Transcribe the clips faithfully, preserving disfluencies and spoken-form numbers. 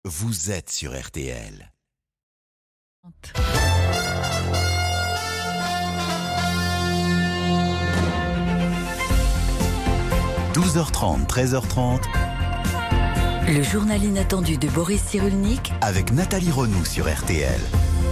vous êtes sur R T L. douze heures trente, treize heures trente. Le journal inattendu de Boris Cyrulnik avec Nathalie Renou sur R T L.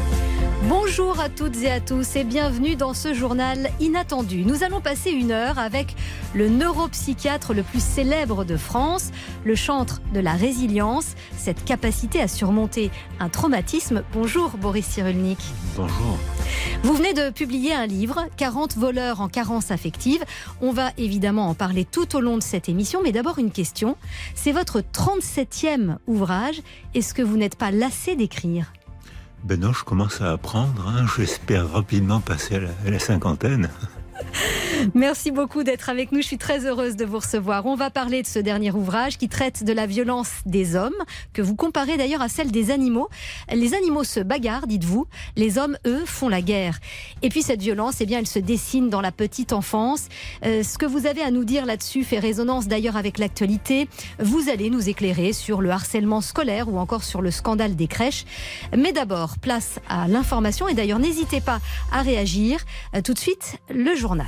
Bonjour à toutes et à tous et bienvenue dans ce journal inattendu. Nous allons passer une heure avec le neuropsychiatre le plus célèbre de France, le chantre de la résilience, cette capacité à surmonter un traumatisme. Bonjour Boris Cyrulnik. Bonjour. Vous venez de publier un livre, quarante voleurs en carence affective. On va évidemment en parler tout au long de cette émission, mais d'abord une question. C'est votre trente-septième ouvrage. Est-ce que vous n'êtes pas lassé d'écrire ? Ben non, je commence à apprendre. Hein. J'espère rapidement passer à la, à la cinquantaine. Merci beaucoup d'être avec nous. Je suis très heureuse de vous recevoir. On va parler de ce dernier ouvrage qui traite de la violence des hommes, que vous comparez d'ailleurs à celle des animaux. Les animaux se bagarrent, dites-vous. Les hommes, eux, font la guerre. Et puis cette violence, eh bien, elle se dessine dans la petite enfance. Euh, ce que vous avez à nous dire là-dessus fait résonance d'ailleurs avec l'actualité. Vous allez nous éclairer sur le harcèlement scolaire ou encore sur le scandale des crèches. Mais d'abord, place à l'information. Et d'ailleurs, n'hésitez pas à réagir. Euh, tout de suite, le journal.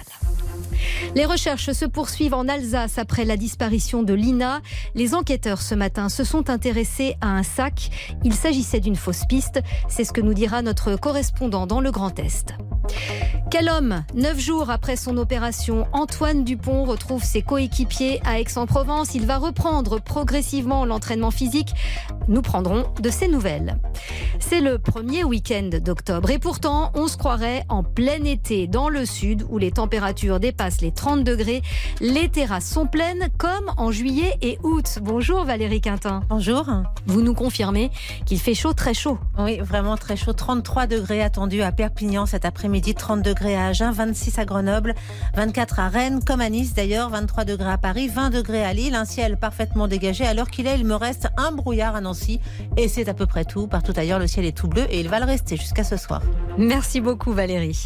Les recherches se poursuivent en Alsace après la disparition de Lina. Les enquêteurs ce matin se sont intéressés à un sac. Il s'agissait d'une fausse piste. C'est ce que nous dira notre correspondant dans le Grand Est. Quel homme ? Neuf jours après son opération, Antoine Dupont retrouve ses coéquipiers à Aix-en-Provence. Il va reprendre progressivement l'entraînement physique. Nous prendrons de ses nouvelles. C'est le premier week-end d'octobre et pourtant, on se croirait en plein été dans le sud où les températures dépassent les trente degrés. Les terrasses sont pleines comme en juillet et août. Bonjour Valérie Quintin. Bonjour. Vous nous confirmez qu'il fait chaud, très chaud. Oui, vraiment très chaud. trente-trois degrés attendus à Perpignan cet après-midi, trente degrés à Agen, vingt-six à Grenoble, vingt-quatre à Rennes, comme à Nice d'ailleurs, vingt-trois degrés à Paris, vingt degrés à Lille, un ciel parfaitement dégagé. Alors qu'il est, il me reste un brouillard à Nancy et c'est à peu près tout. Partout ailleurs, le ciel est tout bleu et il va le rester jusqu'à ce soir. Merci beaucoup Valérie.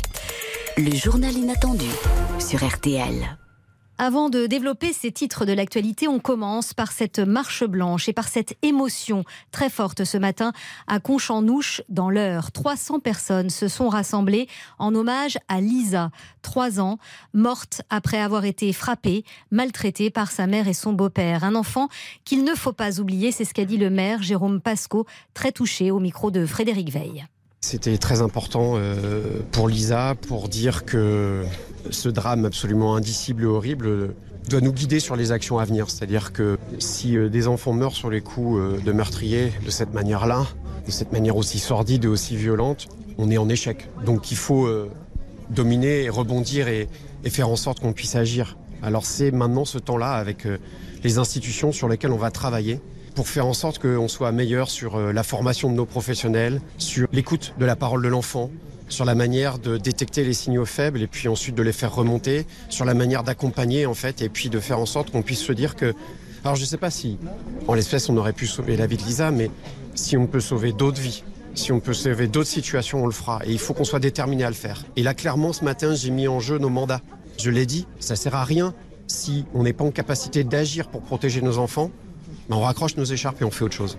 Le journal inattendu sur R T L. Avant de développer ces titres de l'actualité, on commence par cette marche blanche et par cette émotion très forte ce matin à Conche-en-Ouche dans l'Eure. trois cents personnes se sont rassemblées en hommage à Lisa, trois ans, morte après avoir été frappée, maltraitée par sa mère et son beau-père. Un enfant qu'il ne faut pas oublier, c'est ce qu'a dit le maire Jérôme Pasco, très touché au micro de Frédéric Veil. C'était très important euh, pour Lisa pour dire que ce drame absolument indicible et horrible doit nous guider sur les actions à venir. C'est-à-dire que si euh, des enfants meurent sur les coups euh, de meurtriers de cette manière-là, de cette manière aussi sordide et aussi violente, on est en échec. Donc il faut euh, dominer et rebondir et, et faire en sorte qu'on puisse agir. Alors c'est maintenant ce temps-là avec euh, les institutions sur lesquelles on va travailler pour faire en sorte qu'on soit meilleur sur la formation de nos professionnels, sur l'écoute de la parole de l'enfant, sur la manière de détecter les signaux faibles et puis ensuite de les faire remonter, sur la manière d'accompagner en fait et puis de faire en sorte qu'on puisse se dire que... Alors je ne sais pas si, en l'espèce, on aurait pu sauver la vie de Lisa, mais si on peut sauver d'autres vies, si on peut sauver d'autres situations, on le fera. Et il faut qu'on soit déterminé à le faire. Et là, clairement, ce matin, j'ai mis en jeu nos mandats. Je l'ai dit, ça ne sert à rien si on n'est pas en capacité d'agir pour protéger nos enfants. On raccroche nos écharpes et on fait autre chose.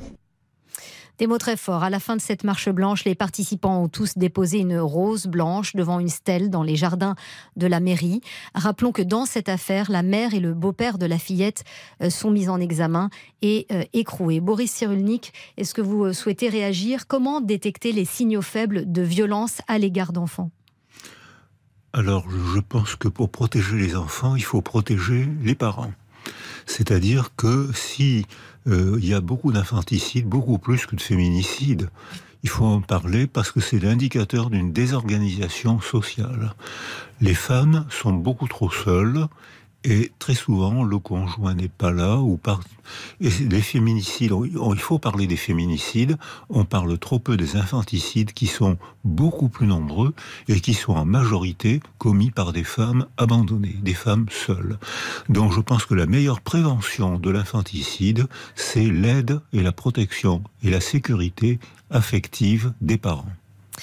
Des mots très forts. À la fin de cette marche blanche, les participants ont tous déposé une rose blanche devant une stèle dans les jardins de la mairie. Rappelons que dans cette affaire, la mère et le beau-père de la fillette sont mis en examen et euh, écroués. Boris Cyrulnik, est-ce que vous souhaitez réagir ? Comment détecter les signaux faibles de violence à l'égard d'enfants ? Alors, je pense que pour protéger les enfants, il faut protéger les parents. C'est-à-dire que si euh, il y a beaucoup d'infanticides, beaucoup plus que de féminicides, il faut en parler parce que c'est l'indicateur d'une désorganisation sociale. Les femmes sont beaucoup trop seules et très souvent le conjoint n'est pas là. Ou par... Et les féminicides, il faut parler des féminicides, on parle trop peu des infanticides qui sont beaucoup plus nombreux et qui sont en majorité commis par des femmes abandonnées, des femmes seules. Donc je pense que la meilleure prévention de l'infanticide, c'est l'aide et la protection et la sécurité affective des parents.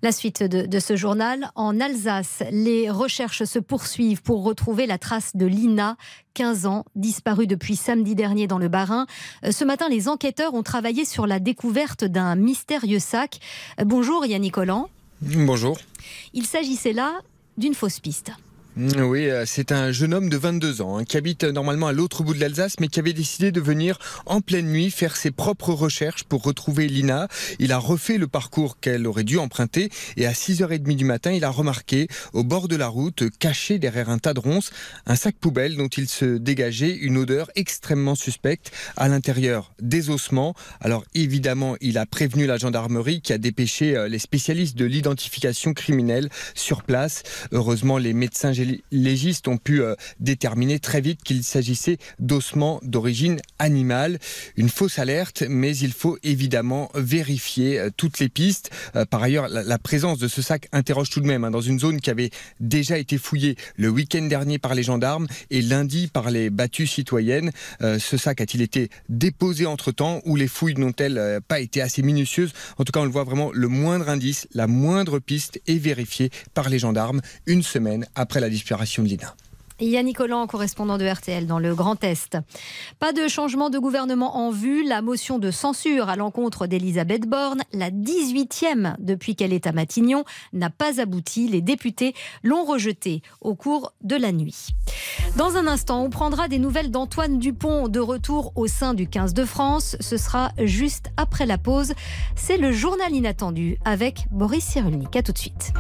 La suite de, de ce journal, en Alsace, les recherches se poursuivent pour retrouver la trace de Lina, quinze ans, disparue depuis samedi dernier dans le Bas-Rhin. Ce matin, les enquêteurs ont travaillé sur la découverte d'un mystérieux sac. Bonjour Yannick Collant. Bonjour. Il s'agissait là d'une fausse piste. Oui, c'est un jeune homme de vingt-deux ans hein, qui habite normalement à l'autre bout de l'Alsace mais qui avait décidé de venir en pleine nuit faire ses propres recherches pour retrouver Lina. Il a refait le parcours qu'elle aurait dû emprunter et à six heures trente du matin, il a remarqué au bord de la route, caché derrière un tas de ronces, un sac poubelle dont il se dégageait une odeur extrêmement suspecte, à l'intérieur des ossements. Alors évidemment, il a prévenu la gendarmerie qui a dépêché les spécialistes de l'identification criminelle sur place. Heureusement, les médecins légistes ont pu euh, déterminer très vite qu'il s'agissait d'ossements d'origine animale. Une fausse alerte, mais il faut évidemment vérifier euh, toutes les pistes. Euh, par ailleurs, la, la présence de ce sac interroge tout de même hein, dans une zone qui avait déjà été fouillée le week-end dernier par les gendarmes et lundi par les battues citoyennes. Euh, ce sac a-t-il été déposé entre-temps ou les fouilles n'ont-elles euh, pas été assez minutieuses? En tout cas, on le voit vraiment, le moindre indice, la moindre piste est vérifiée par les gendarmes une semaine après la disparition de Lina. Yannick Collant, correspondant de R T L dans le Grand Est. Pas de changement de gouvernement en vue. La motion de censure à l'encontre d'Elisabeth Borne, la dix-huitième depuis qu'elle est à Matignon, n'a pas abouti. Les députés l'ont rejetée au cours de la nuit. Dans un instant, on prendra des nouvelles d'Antoine Dupont de retour au sein du quinze de France. Ce sera juste après la pause. C'est le journal inattendu avec Boris Cyrulnik. À tout de suite.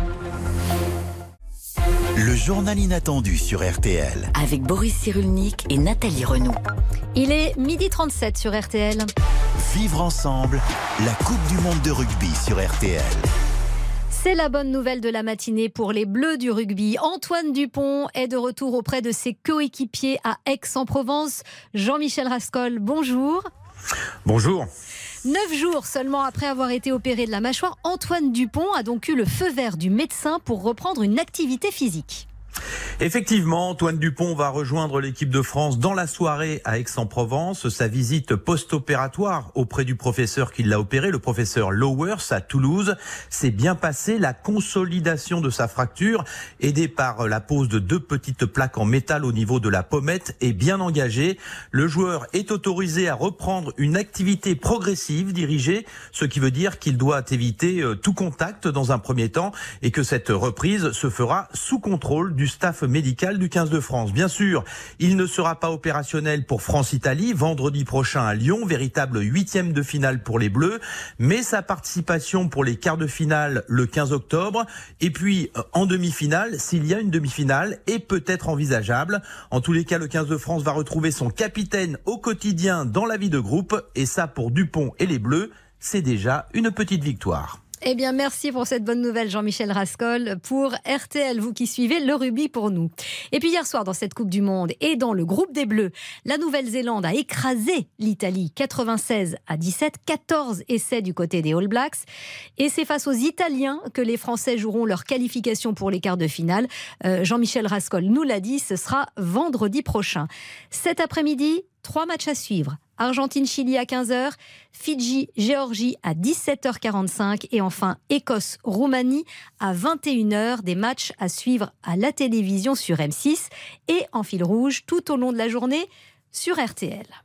Le journal inattendu sur R T L. Avec Boris Cyrulnik et Nathalie Renaud. Il est midi trente-sept sur R T L. Vivre ensemble, la Coupe du Monde de rugby sur R T L. C'est la bonne nouvelle de la matinée pour les Bleus du rugby. Antoine Dupont est de retour auprès de ses coéquipiers à Aix-en-Provence. Jean-Michel Rascol, bonjour. Bonjour. Neuf jours seulement après avoir été opéré de la mâchoire, Antoine Dupont a donc eu le feu vert du médecin pour reprendre une activité physique. Effectivement, Antoine Dupont va rejoindre l'équipe de France dans la soirée à Aix-en-Provence. Sa visite post-opératoire auprès du professeur qui l'a opéré, le professeur Lowers à Toulouse, s'est bien passée. La consolidation de sa fracture, aidée par la pose de deux petites plaques en métal au niveau de la pommette, est bien engagée. Le joueur est autorisé à reprendre une activité progressive dirigée, ce qui veut dire qu'il doit éviter tout contact dans un premier temps et que cette reprise se fera sous contrôle du staff médical du quinze de France. Bien sûr, il ne sera pas opérationnel pour France-Italie vendredi prochain à Lyon, véritable huitième de finale pour les Bleus, mais sa participation pour les quarts de finale le quinze octobre et puis en demi-finale, s'il y a une demi-finale, est peut-être envisageable. En tous les cas, le quinze de France va retrouver son capitaine au quotidien dans la vie de groupe et ça pour Dupont et les Bleus, c'est déjà une petite victoire. Eh bien, merci pour cette bonne nouvelle, Jean-Michel Rascol, pour R T L, vous qui suivez le rugby pour nous. Et puis hier soir, dans cette Coupe du Monde et dans le groupe des Bleus, la Nouvelle-Zélande a écrasé l'Italie, quatre-vingt-seize à dix-sept, quatorze essais du côté des All Blacks. Et c'est face aux Italiens que les Français joueront leur qualification pour les quarts de finale. Euh, Jean-Michel Rascol nous l'a dit, ce sera vendredi prochain. Cet après-midi, trois matchs à suivre. Argentine-Chili à quinze heures, Fidji-Géorgie à dix-sept heures quarante-cinq et enfin Écosse-Roumanie à vingt et une heures. Des matchs à suivre à la télévision sur M six et en fil rouge tout au long de la journée sur R T L.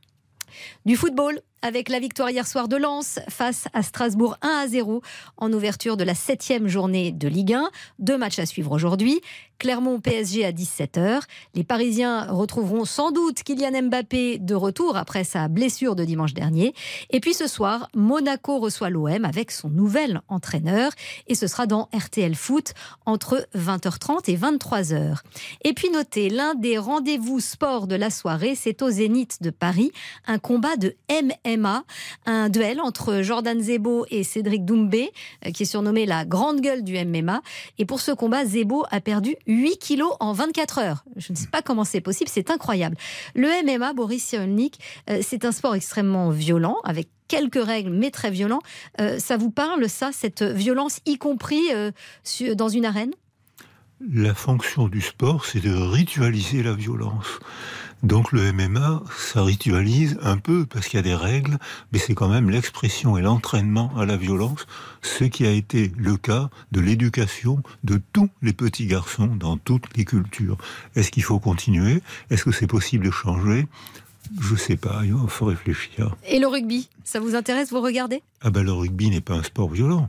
Du football, avec la victoire hier soir de Lens face à Strasbourg un à zéro en ouverture de la septième journée de Ligue un. Deux matchs à suivre aujourd'hui. Clermont-P S G à dix-sept heures. Les Parisiens retrouveront sans doute Kylian Mbappé de retour après sa blessure de dimanche dernier. Et puis ce soir, Monaco reçoit l'O M avec son nouvel entraîneur. Et ce sera dans R T L Foot entre vingt heures trente et vingt-trois heures. Et puis notez, l'un des rendez-vous sport de la soirée, c'est au Zénith de Paris. Un combat de M M A, un duel entre Jordan Zebo et Cédric Doumbé, qui est surnommé la grande gueule du M M A. Et pour ce combat, Zebo a perdu huit kilos en vingt-quatre heures. Je ne sais pas comment c'est possible, c'est incroyable. Le M M A, Boris Cyrulnik, c'est un sport extrêmement violent, avec quelques règles, mais très violent. Ça vous parle, ça, cette violence, y compris dans une arène ? La fonction du sport, c'est de ritualiser la violence. Donc le M M A, ça ritualise un peu parce qu'il y a des règles, mais c'est quand même l'expression et l'entraînement à la violence, ce qui a été le cas de l'éducation de tous les petits garçons dans toutes les cultures. Est-ce qu'il faut continuer ? Est-ce que c'est possible de changer ? Je sais pas, il faut réfléchir. Et le rugby, ça vous intéresse, vous regardez ? Ah ben le rugby n'est pas un sport violent.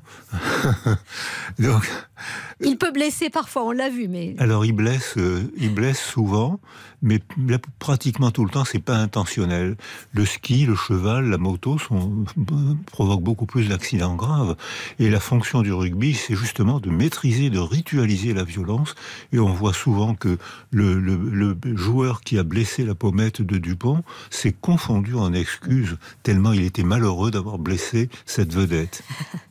Donc, il peut blesser parfois, on l'a vu, mais... Alors il blesse, euh, il blesse souvent, mais là, pratiquement tout le temps, c'est pas intentionnel. Le ski, le cheval, la moto sont, euh, provoquent beaucoup plus d'accidents graves. Et la fonction du rugby, c'est justement de maîtriser, de ritualiser la violence. Et on voit souvent que le, le, le joueur qui a blessé la pommette de Dupont s'est confondu en excuses, tellement il était malheureux d'avoir blessé cette vedette.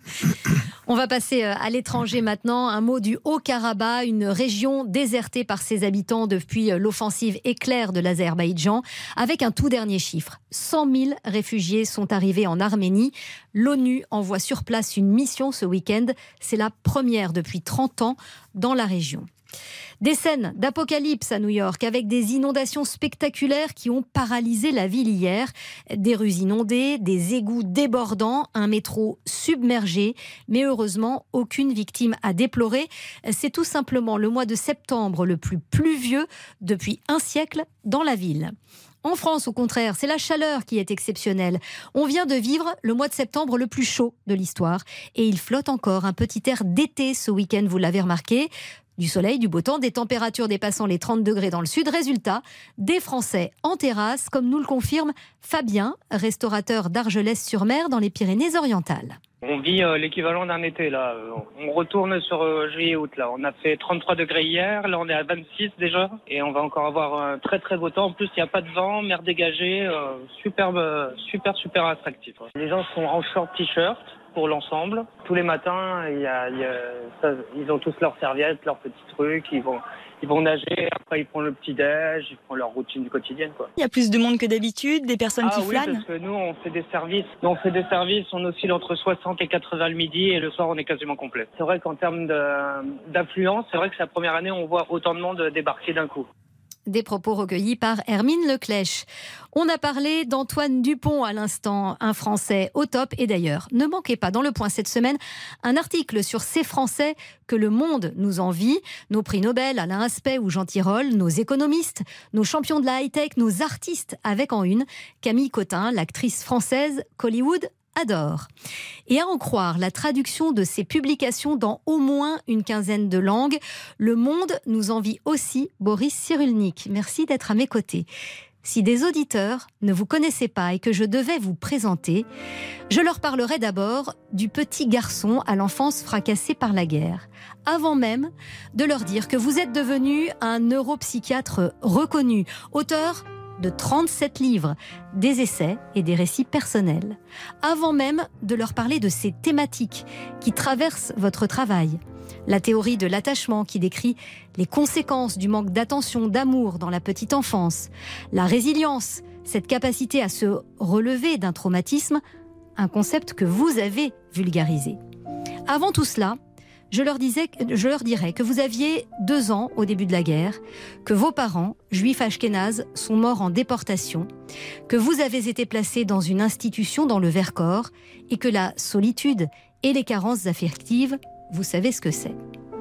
On va passer à l'étranger maintenant. Un mot du Haut-Karabakh, une région désertée par ses habitants depuis l'offensive éclair de l'Azerbaïdjan. Avec un tout dernier chiffre, cent mille réfugiés sont arrivés en Arménie. L'ONU envoie sur place une mission ce week-end. C'est la première depuis trente ans dans la région. Des scènes d'apocalypse à New York avec des inondations spectaculaires qui ont paralysé la ville hier. Des rues inondées, des égouts débordants, un métro submergé. Mais heureusement, aucune victime à déplorer. C'est tout simplement le mois de septembre le plus pluvieux depuis un siècle dans la ville. En France, au contraire, c'est la chaleur qui est exceptionnelle. On vient de vivre le mois de septembre le plus chaud de l'histoire. Et il flotte encore un petit air d'été ce week-end, vous l'avez remarqué. Du soleil, du beau temps, des températures dépassant les trente degrés dans le sud. Résultat, des Français en terrasse, comme nous le confirme Fabien, restaurateur d'Argelès-sur-Mer dans les Pyrénées-Orientales. On vit euh, l'équivalent d'un été là. On retourne sur euh, juillet-août là. On a fait trente-trois degrés hier, là on est à vingt-six déjà. Et on va encore avoir un très très beau temps. En plus il n'y a pas de vent, mer dégagée, euh, superbe, super super attractif. Les gens sont en short t-shirt pour l'ensemble. Tous les matins, il y a, il y a, ça, ils ont tous leurs serviettes, leurs petits trucs, ils vont, ils vont nager, après ils prennent le petit-déj, ils font leur routine quotidienne, quoi. Il y a plus de monde que d'habitude, des personnes ah, qui oui, flânent. Parce que nous, on fait des services, nous, on fait des services, on oscille entre soixante et quatre-vingts le midi, et le soir, on est quasiment complet. C'est vrai qu'en termes de, d'affluence, c'est vrai que c'est la première année où on voit autant de monde débarquer d'un coup. Des propos recueillis par Hermine Leclèche. On a parlé d'Antoine Dupont à l'instant, un Français au top. Et d'ailleurs, ne manquez pas dans Le Point cette semaine un article sur ces Français que le monde nous envie. Nos prix Nobel, Alain Aspect ou Jean Tirole, nos économistes, nos champions de la high-tech, nos artistes avec en une Camille Cotin, l'actrice française qu'Hollywood adore. Et à en croire la traduction de ces publications dans au moins une quinzaine de langues, Le Monde nous envie aussi Boris Cyrulnik. Merci d'être à mes côtés. Si des auditeurs ne vous connaissaient pas et que je devais vous présenter, je leur parlerai d'abord du petit garçon à l'enfance fracassée par la guerre, avant même de leur dire que vous êtes devenu un neuropsychiatre reconnu, auteur de trente-sept livres, des essais et des récits personnels, avant même de leur parler de ces thématiques qui traversent votre travail. La théorie de l'attachement qui décrit les conséquences du manque d'attention, d'amour dans la petite enfance. La résilience, cette capacité à se relever d'un traumatisme, un concept que vous avez vulgarisé. Avant tout cela, Je leur, disais, je leur dirais que vous aviez deux ans au début de la guerre, que vos parents, juifs ashkénazes, sont morts en déportation, que vous avez été placés dans une institution dans le Vercors et que la solitude et les carences affectives, vous savez ce que c'est.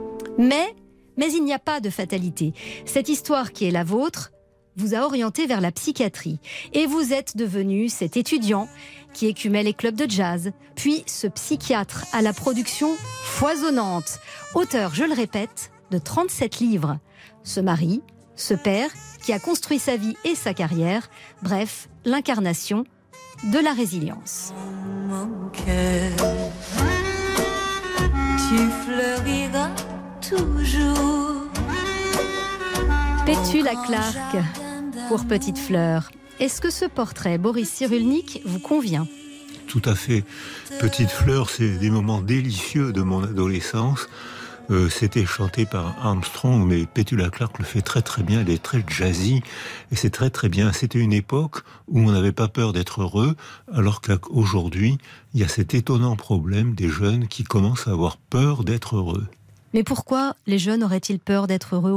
Mais, mais il n'y a pas de fatalité. Cette histoire qui est la vôtre vous a orienté vers la psychiatrie et vous êtes devenu cet étudiant qui écumait les clubs de jazz, puis ce psychiatre à la production foisonnante, auteur, je le répète, de trente-sept livres. Ce mari, ce père qui a construit sa vie et sa carrière, bref, l'incarnation de la résilience. Mon cœur, tu fleuriras toujours. Pétula Clark pour Petite Fleur. Est-ce que ce portrait, Boris Cyrulnik, vous convient ? Tout à fait. Petite Fleur, c'est des moments délicieux de mon adolescence. Euh, c'était chanté par Armstrong, mais Petula Clark le fait très très bien. Elle est très jazzy et c'est très très bien. C'était une époque où on n'avait pas peur d'être heureux, alors qu'aujourd'hui, il y a cet étonnant problème des jeunes qui commencent à avoir peur d'être heureux. Mais pourquoi les jeunes auraient-ils peur d'être heureux aujourd'hui ?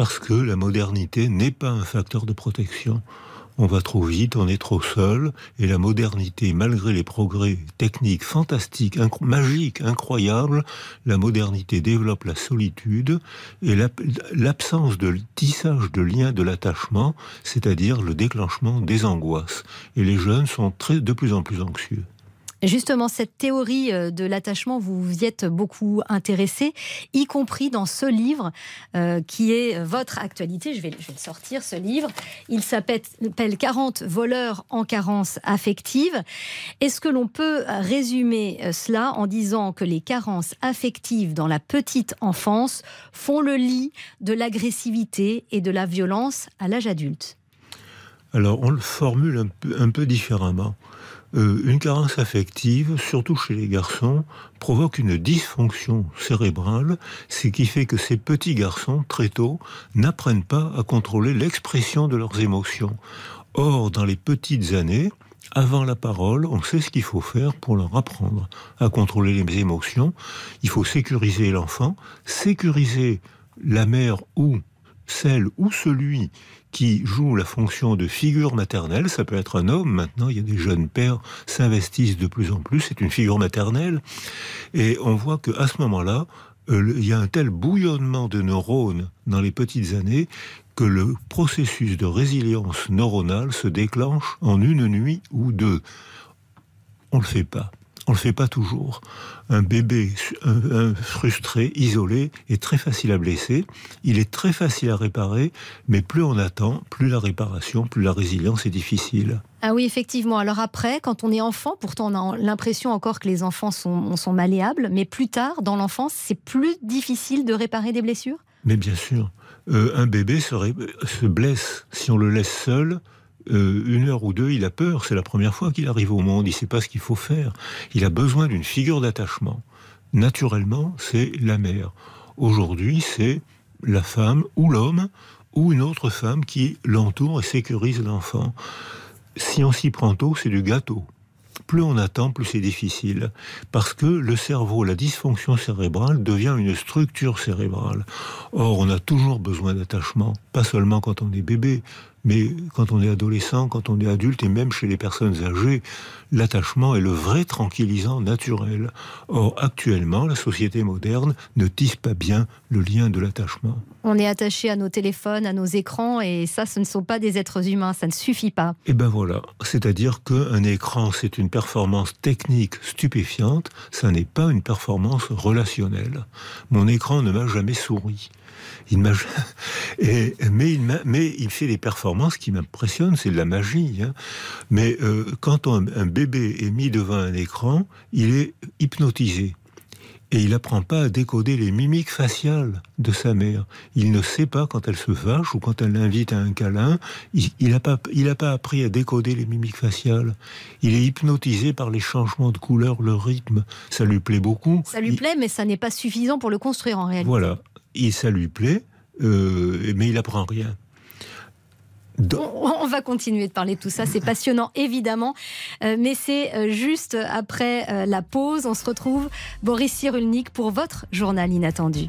parce que la modernité n'est pas un facteur de protection. On va trop vite, on est trop seul, et la modernité, malgré les progrès techniques fantastiques, inc- magiques, incroyables, la modernité développe la solitude et l'ab- l'absence de tissage de lien de l'attachement, c'est-à-dire le déclenchement des angoisses. Et les jeunes sont très, de plus en plus anxieux. Justement, cette théorie de l'attachement, vous vous y êtes beaucoup intéressé, y compris dans ce livre euh, qui est votre actualité. Je vais, je vais le sortir, ce livre. Il s'appelle « quarante voleurs en carence affective ». Est-ce que l'on peut résumer cela en disant que les carences affectives dans la petite enfance font le lit de l'agressivité et de la violence à l'âge adulte ? Alors, on le formule un peu, un peu différemment. Euh, une carence affective, surtout chez les garçons, provoque une dysfonction cérébrale, ce qui fait que ces petits garçons, très tôt, n'apprennent pas à contrôler l'expression de leurs émotions. Or, dans les petites années, avant la parole, on sait ce qu'il faut faire pour leur apprendre à contrôler les émotions. Il faut sécuriser l'enfant, sécuriser la mère ou celle ou celui qui joue la fonction de figure maternelle. Ça peut être un homme, maintenant il y a des jeunes pères s'investissent de plus en plus, c'est une figure maternelle, et on voit qu'à ce moment-là, euh, il y a un tel bouillonnement de neurones dans les petites années que le processus de résilience neuronale se déclenche en une nuit ou deux. On ne le fait pas. On ne le fait pas toujours. Un bébé un, un frustré, isolé, est très facile à blesser. Il est très facile à réparer, mais plus on attend, plus la réparation, plus la résilience est difficile. Ah oui, effectivement. Alors après, quand on est enfant, pourtant on a l'impression encore que les enfants sont, sont malléables, mais plus tard, dans l'enfance, c'est plus difficile de réparer des blessures ? Mais bien sûr. Euh, un bébé se, ré... se blesse si on le laisse seul. Euh, une heure ou deux, il a peur. C'est la première fois qu'il arrive au monde. Il ne sait pas ce qu'il faut faire. Il a besoin d'une figure d'attachement. Naturellement, c'est la mère. Aujourd'hui, c'est la femme ou l'homme ou une autre femme qui l'entoure et sécurise l'enfant. Si on s'y prend tôt, c'est du gâteau. Plus on attend, plus c'est difficile. Parce que le cerveau, la dysfonction cérébrale devient une structure cérébrale. Or, on a toujours besoin d'attachement. Pas seulement quand on est bébé, mais quand on est adolescent, quand on est adulte, et même chez les personnes âgées, l'attachement est le vrai tranquillisant naturel. Or, actuellement, la société moderne ne tisse pas bien le lien de l'attachement. On est attaché à nos téléphones, à nos écrans, et ça, ce ne sont pas des êtres humains, ça ne suffit pas. Et ben voilà, c'est-à-dire qu'un écran, c'est une performance technique stupéfiante, ça n'est pas une performance relationnelle. Mon écran ne m'a jamais souri. Il m'a... Et, mais, il m'a... mais il fait des performances qui m'impressionnent, c'est de la magie. Hein. Mais euh, quand on, un bébé est mis devant un écran, il est hypnotisé. Et il n'apprend pas à décoder les mimiques faciales de sa mère. Il ne sait pas quand elle se fâche ou quand elle l'invite à un câlin. Il n'a pas, il n'a pas appris à décoder les mimiques faciales. Il est hypnotisé par les changements de couleur, le rythme. Ça lui plaît beaucoup. Ça lui il... plaît, mais ça n'est pas suffisant pour le construire en réalité. Voilà. Et ça lui plaît, euh, mais il n'apprend rien. Donc... On va continuer de parler de tout ça, c'est passionnant évidemment, euh, mais c'est euh, juste après euh, la pause. On se retrouve, Boris Cyrulnik, pour votre journal inattendu.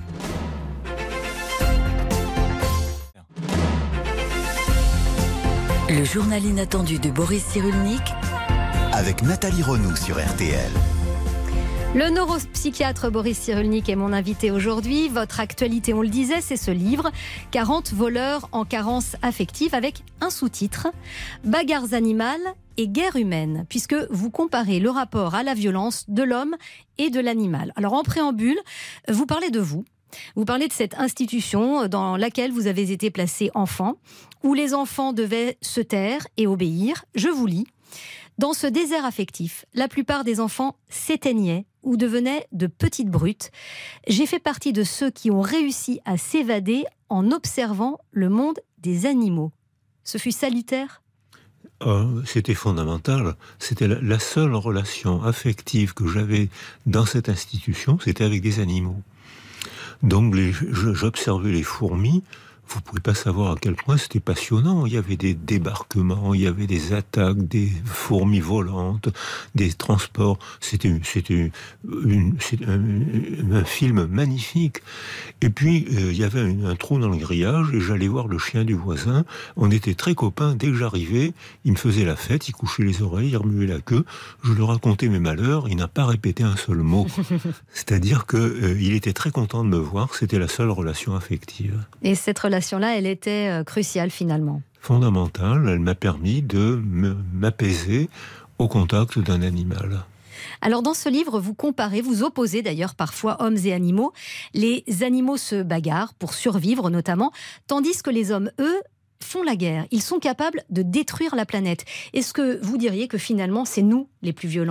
Le journal inattendu de Boris Cyrulnik avec Nathalie Renaud sur R T L. Le neuropsychiatre Boris Cyrulnik est mon invité aujourd'hui. Votre actualité, on le disait, c'est ce livre « quarante voleurs en carence affective » avec un sous-titre « Bagarres animales et guerre humaine » puisque vous comparez le rapport à la violence de l'homme et de l'animal. Alors en préambule, vous parlez de vous. Vous parlez de cette institution dans laquelle vous avez été placé enfant, où les enfants devaient se taire et obéir. Je vous lis. Dans ce désert affectif, la plupart des enfants s'éteignaient ou devenaient de petites brutes. J'ai fait partie de ceux qui ont réussi à s'évader en observant le monde des animaux. Ce fut salutaire ? Oh, c'était fondamental. C'était la, la seule relation affective que j'avais dans cette institution, c'était avec des animaux. Donc les, j'observais les fourmis vous ne pouvez pas savoir à quel point c'était passionnant. Il y avait des débarquements, il y avait des attaques, des fourmis volantes, des transports. C'était, c'était, une, c'était un, un film magnifique. Et puis, euh, il y avait un, un trou dans le grillage et j'allais voir le chien du voisin. On était très copains. Dès que j'arrivais, il me faisait la fête, il couchait les oreilles, il remuait la queue. Je lui racontais mes malheurs, il n'a pas répété un seul mot. C'est-à-dire qu'il euh, était très content de me voir. C'était la seule relation affective. Et cette relation-là, elle était euh, cruciale finalement. Fondamentale, elle m'a permis de me, m'apaiser au contact d'un animal. Alors dans ce livre, vous comparez, vous opposez d'ailleurs parfois hommes et animaux. Les animaux se bagarrent pour survivre notamment, tandis que les hommes, eux, font la guerre. Ils sont capables de détruire la planète. Est-ce que vous diriez que finalement, c'est nous les plus violents ?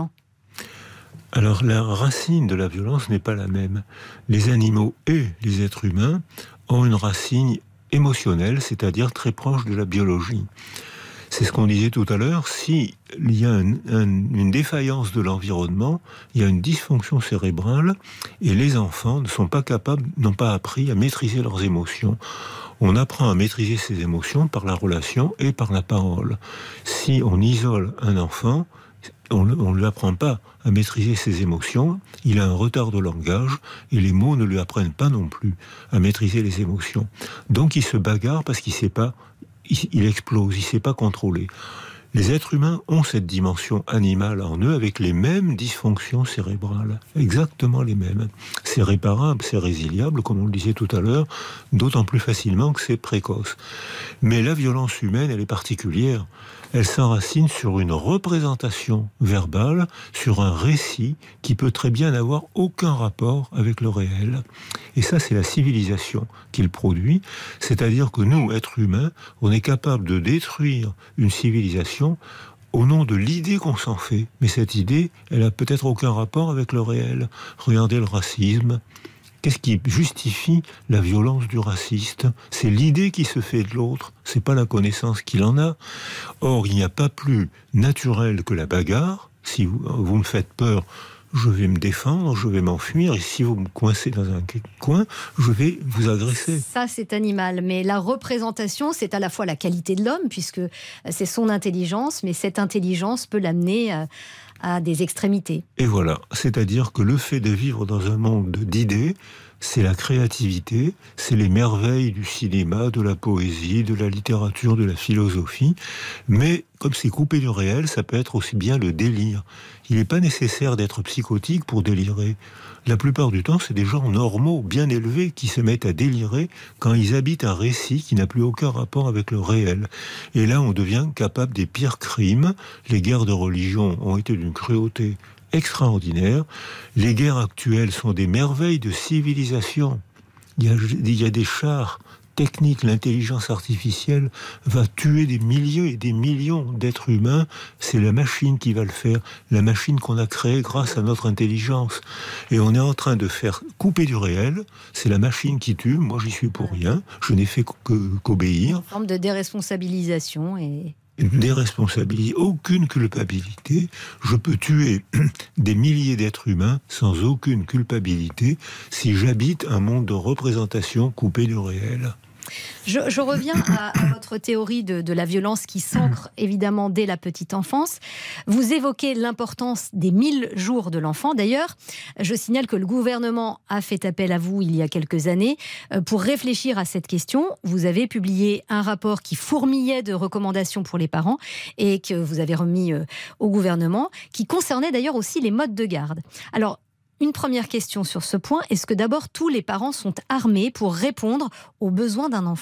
Alors la racine de la violence n'est pas la même. Les animaux et les êtres humains ont une racine émotionnelle, c'est-à-dire très proche de la biologie. C'est ce qu'on disait tout à l'heure, s'il y a un, un, une défaillance de l'environnement, il y a une dysfonction cérébrale et les enfants ne sont pas capables, n'ont pas appris à maîtriser leurs émotions. On apprend à maîtriser ses émotions par la relation et par la parole. Si on isole un enfant, on ne lui apprend pas à maîtriser ses émotions, il a un retard de langage et les mots ne lui apprennent pas non plus à maîtriser les émotions. Donc il se bagarre parce qu'il ne sait pas, il, il explose, il ne sait pas contrôler. Les êtres humains ont cette dimension animale en eux avec les mêmes dysfonctions cérébrales, exactement les mêmes. C'est réparable, c'est résiliable, comme on le disait tout à l'heure, d'autant plus facilement que c'est précoce. Mais la violence humaine, elle est particulière. Elle s'enracine sur une représentation verbale, sur un récit qui peut très bien n'avoir aucun rapport avec le réel. Et ça, c'est la civilisation qu'il produit. C'est-à-dire que nous, êtres humains, on est capable de détruire une civilisation au nom de l'idée qu'on s'en fait. Mais cette idée, elle a peut-être aucun rapport avec le réel. Regardez le racisme. Qu'est-ce qui justifie la violence du raciste ? C'est l'idée qui se fait de l'autre, c'est pas la connaissance qu'il en a. Or, il n'y a pas plus naturel que la bagarre. Si vous, vous me faites peur, je vais me défendre, je vais m'enfuir, et si vous me coincez dans un coin, je vais vous agresser. Ça, c'est animal, mais la représentation, c'est à la fois la qualité de l'homme, puisque c'est son intelligence, mais cette intelligence peut l'amener à, à des extrémités. Et voilà, c'est-à-dire que le fait de vivre dans un monde d'idées, c'est la créativité, c'est les merveilles du cinéma, de la poésie, de la littérature, de la philosophie. Mais comme c'est coupé du réel, ça peut être aussi bien le délire. Il n'est pas nécessaire d'être psychotique pour délirer. La plupart du temps, c'est des gens normaux, bien élevés, qui se mettent à délirer quand ils habitent un récit qui n'a plus aucun rapport avec le réel. Et là, on devient capable des pires crimes. Les guerres de religion ont été d'une cruauté extraordinaire. Les guerres actuelles sont des merveilles de civilisation. Il y a, il y a des chars techniques, l'intelligence artificielle va tuer des milliers et des millions d'êtres humains. C'est la machine qui va le faire, la machine qu'on a créée grâce à notre intelligence. Et on est en train de faire couper du réel. C'est la machine qui tue. Moi, j'y suis pour rien. Je n'ai fait que, qu'obéir. Une forme de déresponsabilisation et... Déresponsabilité, aucune culpabilité. Je peux tuer des milliers d'êtres humains sans aucune culpabilité si j'habite un monde de représentation coupé du réel. Je, je reviens à, à votre théorie de, de la violence qui s'ancre évidemment dès la petite enfance. Vous évoquez l'importance des mille jours de l'enfant. D'ailleurs, je signale que le gouvernement a fait appel à vous il y a quelques années pour réfléchir à cette question. Vous avez publié un rapport qui fourmillait de recommandations pour les parents et que vous avez remis au gouvernement, qui concernait d'ailleurs aussi les modes de garde. Alors, une première question sur ce point, est-ce que d'abord tous les parents sont armés pour répondre aux besoins d'un enfant ?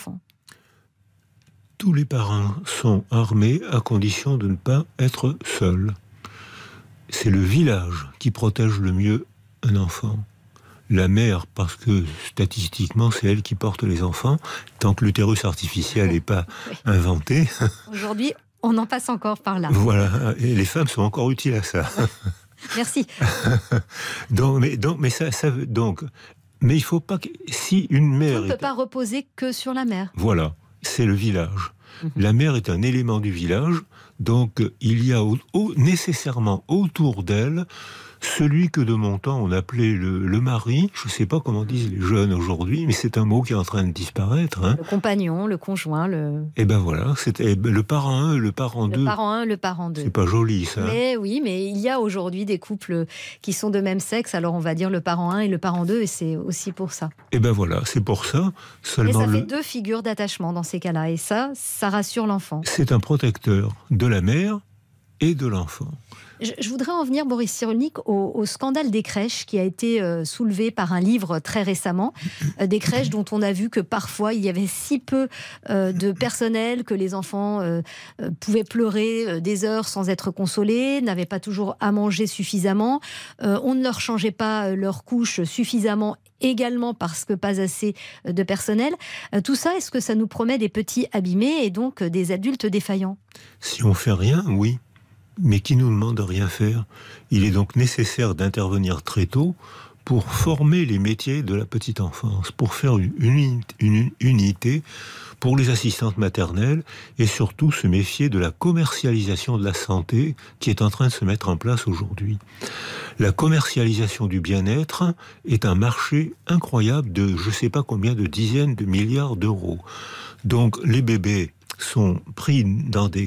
Tous les parents sont armés à condition de ne pas être seuls. C'est le village qui protège le mieux un enfant. La mère, parce que statistiquement c'est elle qui porte les enfants, tant que l'utérus artificiel n'est pas oui. inventé. Aujourd'hui, on en passe encore par là. Voilà, et les femmes sont encore utiles à ça. Merci. donc, mais, donc, mais ça, ça veut donc, mais il faut pas que si une mère. On ne peut est... pas reposer que sur la mère. Voilà, c'est le village. Mm-hmm. La mère est un élément du village, Donc il y a au, au, nécessairement autour d'elle celui que de mon temps on appelait le, le mari. Je ne sais pas comment disent les jeunes aujourd'hui, mais c'est un mot qui est en train de disparaître. Hein. Le compagnon, le conjoint, le... Eh ben voilà, c'était le parent un, le parent deux. Le parent un, le parent deux. C'est pas joli ça. Mais oui, mais il y a aujourd'hui des couples qui sont de même sexe, alors on va dire le parent un et le parent deux, et c'est aussi pour ça. Eh ben voilà, c'est pour ça. Seulement mais ça le... fait deux figures d'attachement dans ces cas-là, et ça, ça rassure l'enfant. C'est un protecteur de la mère et de l'enfant. Je, je voudrais en venir, Boris Cyrulnik, au, au scandale des crèches qui a été euh, soulevé par un livre très récemment. Euh, des crèches dont on a vu que parfois il y avait si peu euh, de personnel que les enfants euh, euh, pouvaient pleurer euh, des heures sans être consolés, n'avaient pas toujours à manger suffisamment. Euh, on ne leur changeait pas euh, leur couche suffisamment également parce que pas assez de personnel. Euh, tout ça, est-ce que ça nous promet des petits abîmés et donc euh, des adultes défaillants ? Si on fait rien, oui. Mais qui nous demande de rien faire. Il est donc nécessaire d'intervenir très tôt pour former les métiers de la petite enfance, pour faire une, une, une unité pour les assistantes maternelles et surtout se méfier de la commercialisation de la santé qui est en train de se mettre en place aujourd'hui. La commercialisation du bien-être est un marché incroyable de je ne sais pas combien de dizaines de milliards d'euros. Donc les bébés sont pris dans des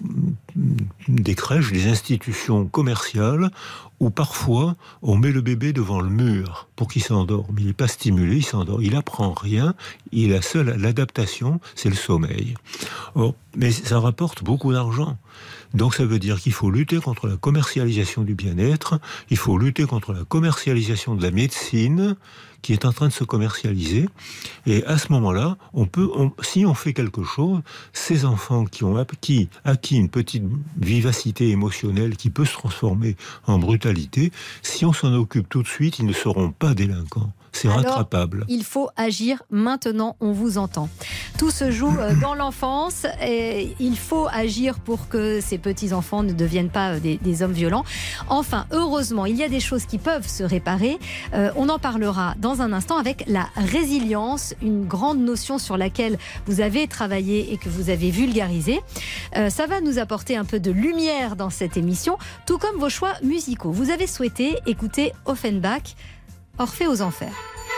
des crèches, des institutions commerciales où parfois on met le bébé devant le mur pour qu'il s'endorme. Il n'est pas stimulé, il s'endort. Il apprend rien. Il a seule l'adaptation, c'est le sommeil. Or, mais ça rapporte beaucoup d'argent. Donc ça veut dire qu'il faut lutter contre la commercialisation du bien-être, il faut lutter contre la commercialisation de la médecine qui est en train de se commercialiser. Et à ce moment-là, on peut, on, si on fait quelque chose, ces enfants qui ont acquis, acquis une petite vivacité émotionnelle qui peut se transformer en brutalité, si on s'en occupe tout de suite, ils ne seront pas délinquants. C'est Alors, rattrapable. Il faut agir maintenant, on vous entend. Tout se joue dans l'enfance et il faut agir pour que ces petits-enfants ne deviennent pas des, des hommes violents. Enfin, heureusement, il y a des choses qui peuvent se réparer. Euh, on en parlera dans un instant avec la résilience, une grande notion sur laquelle vous avez travaillé et que vous avez vulgarisé. Euh, ça va nous apporter un peu de lumière dans cette émission, tout comme vos choix musicaux. Vous avez souhaité écouter Offenbach, Orphée aux Enfers.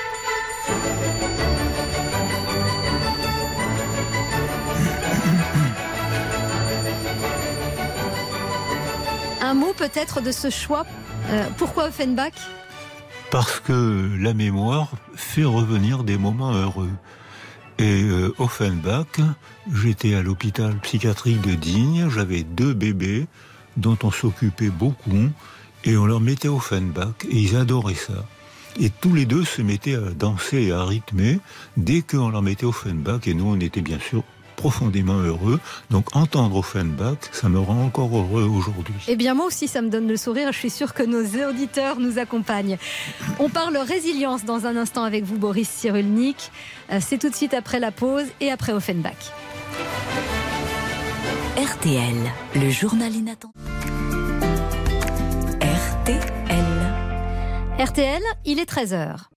Un mot peut-être de ce choix. Euh, pourquoi Offenbach ? Parce que la mémoire fait revenir des moments heureux. Et euh, Offenbach, j'étais à l'hôpital psychiatrique de Digne, j'avais deux bébés dont on s'occupait beaucoup et on leur mettait Offenbach et ils adoraient ça. Et tous les deux se mettaient à danser et à rythmer dès qu'on leur mettait Offenbach. Et nous, on était bien sûr profondément heureux. Donc entendre Offenbach, ça me rend encore heureux aujourd'hui. Eh bien moi aussi, ça me donne le sourire. Je suis sûre que nos auditeurs nous accompagnent. On parle résilience dans un instant avec vous, Boris Cyrulnik. C'est tout de suite après la pause et après Offenbach. R T L, le journal inattendu. R T L. R T L, il est treize heures.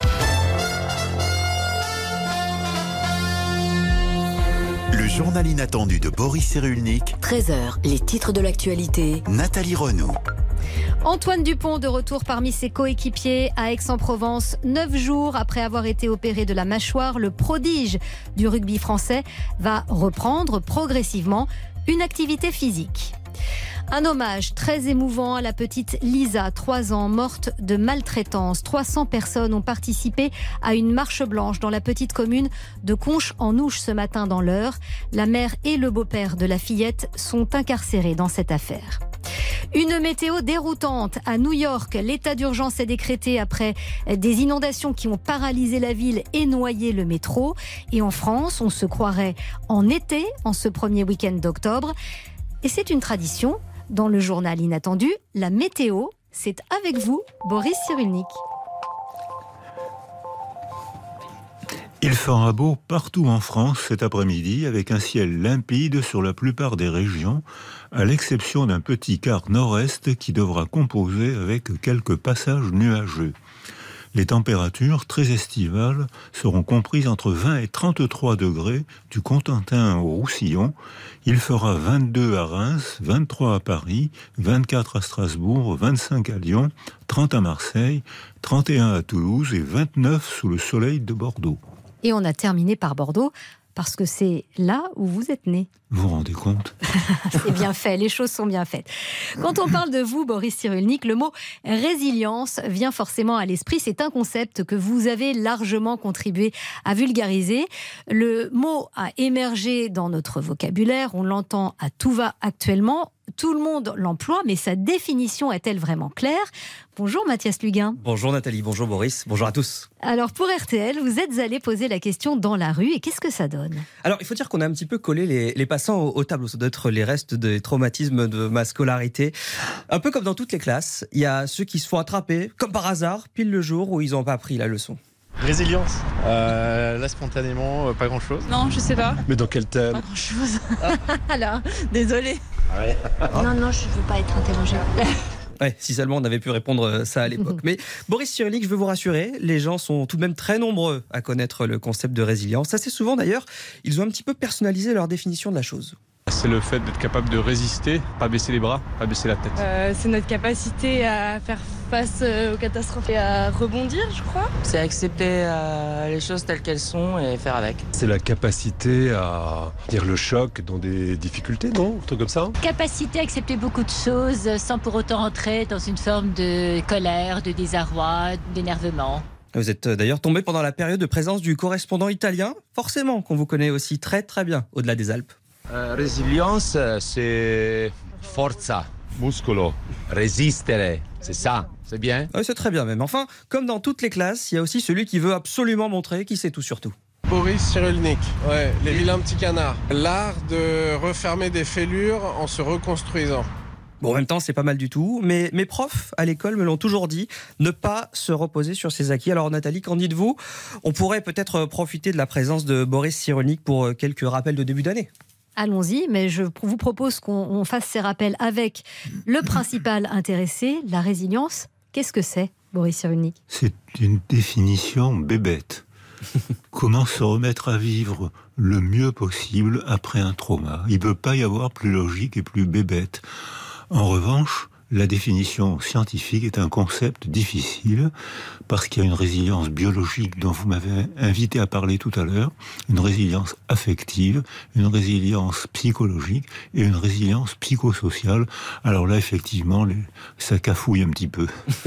Le journal inattendu de Boris Cyrulnik. treize heures, les titres de l'actualité. Nathalie Renaud. Antoine Dupont de retour parmi ses coéquipiers à Aix-en-Provence. Neuf jours après avoir été opéré de la mâchoire, le prodige du rugby français va reprendre progressivement une activité physique. Un hommage très émouvant à la petite Lisa, trois ans, morte de maltraitance. trois cents personnes ont participé à une marche blanche dans la petite commune de Conches-en-Ouche ce matin dans l'Eure. La mère et le beau-père de la fillette sont incarcérés dans cette affaire. Une météo déroutante à New York. L'état d'urgence est décrété après des inondations qui ont paralysé la ville et noyé le métro. Et en France, on se croirait en été, en ce premier week-end d'octobre. Et c'est une tradition. Dans le journal inattendu, la météo, c'est avec vous, Boris Cyrulnik. Il fera beau partout en France cet après-midi avec un ciel limpide sur la plupart des régions, à l'exception d'un petit quart nord-est qui devra composer avec quelques passages nuageux. Les températures très estivales seront comprises entre vingt et trente-trois degrés du Cotentin au Roussillon. Il fera vingt-deux à Reims, vingt-trois à Paris, vingt-quatre à Strasbourg, vingt-cinq à Lyon, trente à Marseille, trente et un à Toulouse et vingt-neuf sous le soleil de Bordeaux. Et on a terminé par Bordeaux, parce que c'est là où vous êtes né. Vous vous rendez compte ? C'est bien fait, les choses sont bien faites. Quand on parle de vous, Boris Cyrulnik, le mot résilience vient forcément à l'esprit. C'est un concept que vous avez largement contribué à vulgariser. Le mot a émergé dans notre vocabulaire, on l'entend à tout va actuellement. Tout le monde l'emploie, mais sa définition est-elle vraiment claire ? Bonjour Mathias Luguin. Bonjour Nathalie, bonjour Boris, bonjour à tous. Alors pour R T L, vous êtes allé poser la question dans la rue et qu'est-ce que ça donne ? Alors il faut dire qu'on a un petit peu collé les, les passants aux, aux tableaux, ça doit être les restes des traumatismes de ma scolarité. Un peu comme dans toutes les classes, il y a ceux qui se font attraper, comme par hasard, pile le jour où ils n'ont pas appris la leçon. Résilience. Euh, là, spontanément, euh, pas grand-chose. Non, je sais pas. Mais dans quel thème ? Pas grand-chose. Alors, désolé. Ouais. Non, non, je veux pas être interrogée. Ouais, si seulement on avait pu répondre ça à l'époque. Mais Boris Cyrulnik, je veux vous rassurer, les gens sont tout de même très nombreux à connaître le concept de résilience. Assez souvent d'ailleurs, ils ont un petit peu personnalisé leur définition de la chose. C'est le fait d'être capable de résister, pas baisser les bras, pas baisser la tête. Euh, c'est notre capacité à faire face aux catastrophes et à rebondir, je crois. C'est accepter euh, les choses telles qu'elles sont et faire avec. C'est la capacité à dire le choc dans des difficultés, non ? Un truc comme ça ? Capacité à accepter beaucoup de choses sans pour autant entrer dans une forme de colère, de désarroi, d'énervement. Vous êtes d'ailleurs tombé pendant la période de présence du correspondant italien, forcément qu'on vous connaît aussi très très bien au-delà des Alpes. Euh, résilience, c'est forza, muscolo, resistere, c'est ça, c'est bien. Oui, c'est très bien même. Enfin, comme dans toutes les classes, il y a aussi celui qui veut absolument montrer qu'il sait tout sur tout. Boris Cyrulnik, ouais, les vilains petits canards. L'art de refermer des fêlures en se reconstruisant. Bon, en même temps, c'est pas mal du tout, mais mes profs à l'école me l'ont toujours dit, ne pas se reposer sur ses acquis. Alors Nathalie, qu'en dites-vous ? On pourrait peut-être profiter de la présence de Boris Cyrulnik pour quelques rappels de début d'année. Allons-y, mais je vous propose qu'on fasse ces rappels avec le principal intéressé, la résilience. Qu'est-ce que c'est, Boris Cyrulnik ? C'est une définition bébête. Comment se remettre à vivre le mieux possible après un trauma ? Il ne peut pas y avoir plus logique et plus bébête. En revanche, la définition scientifique est un concept difficile parce qu'il y a une résilience biologique dont vous m'avez invité à parler tout à l'heure, une résilience affective, une résilience psychologique et une résilience psychosociale. Alors là, effectivement, les, ça cafouille un petit peu.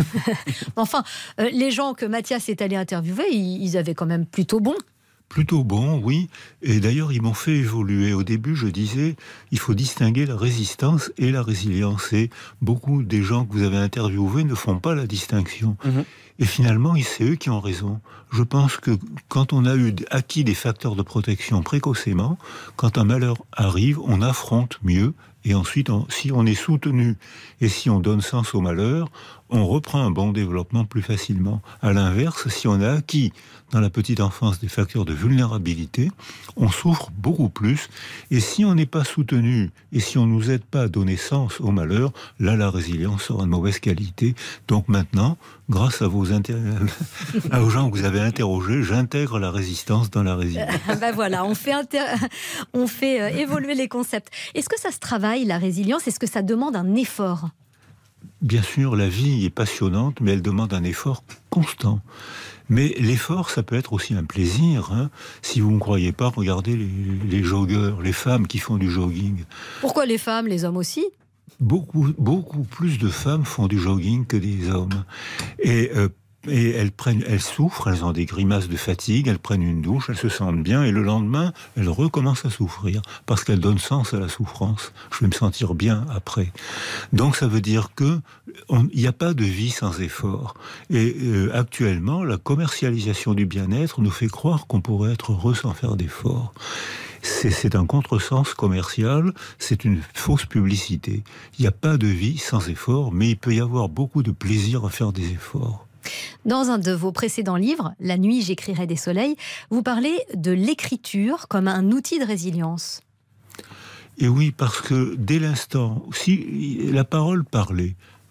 Enfin, euh, les gens que Mathias est allé interviewer, ils, ils avaient quand même plutôt bon. Plutôt bon, oui. Et d'ailleurs, ils m'ont fait évoluer. Au début, je disais, il faut distinguer la résistance et la résilience. Et beaucoup des gens que vous avez interviewés ne font pas la distinction. Mmh. Et finalement, c'est eux qui ont raison. Je pense que quand on a eu acquis des facteurs de protection précocement, quand un malheur arrive, on affronte mieux. Et ensuite, on, si on est soutenu et si on donne sens au malheur, on reprend un bon développement plus facilement. À l'inverse, si on a acquis dans la petite enfance des facteurs de vulnérabilité, on souffre beaucoup plus. Et si on n'est pas soutenu et si on ne nous aide pas à donner sens au malheur, là, la résilience sera de mauvaise qualité. Donc maintenant, grâce à vos inter... aux gens que vous avez interrogés, j'intègre la résistance dans la résilience. Ben voilà, on fait, inter... on fait euh, évoluer les concepts. Est-ce que ça se travaille, la résilience ? Est-ce que ça demande un effort ? Bien sûr, la vie est passionnante, mais elle demande un effort constant. Mais l'effort, ça peut être aussi un plaisir. Hein. Si vous ne me croyez pas, regardez les, les joggeurs, les femmes qui font du jogging. Pourquoi les femmes, les hommes aussi ? Beaucoup, beaucoup plus de femmes font du jogging que des hommes. Et, euh, et elles, prennent, elles souffrent, elles ont des grimaces de fatigue, elles prennent une douche, elles se sentent bien, et le lendemain, elles recommencent à souffrir, parce qu'elles donnent sens à la souffrance. Je vais me sentir bien après. Donc ça veut dire qu'il n'y a pas de vie sans effort. Et euh, actuellement, la commercialisation du bien-être nous fait croire qu'on pourrait être heureux sans faire d'efforts. C'est, c'est un contresens commercial, c'est une fausse publicité. Il n'y a pas de vie sans effort, mais il peut y avoir beaucoup de plaisir à faire des efforts. Dans un de vos précédents livres, La nuit, j'écrirai des soleils, vous parlez de l'écriture comme un outil de résilience. Et oui, parce que dès l'instant, si la parole parlait,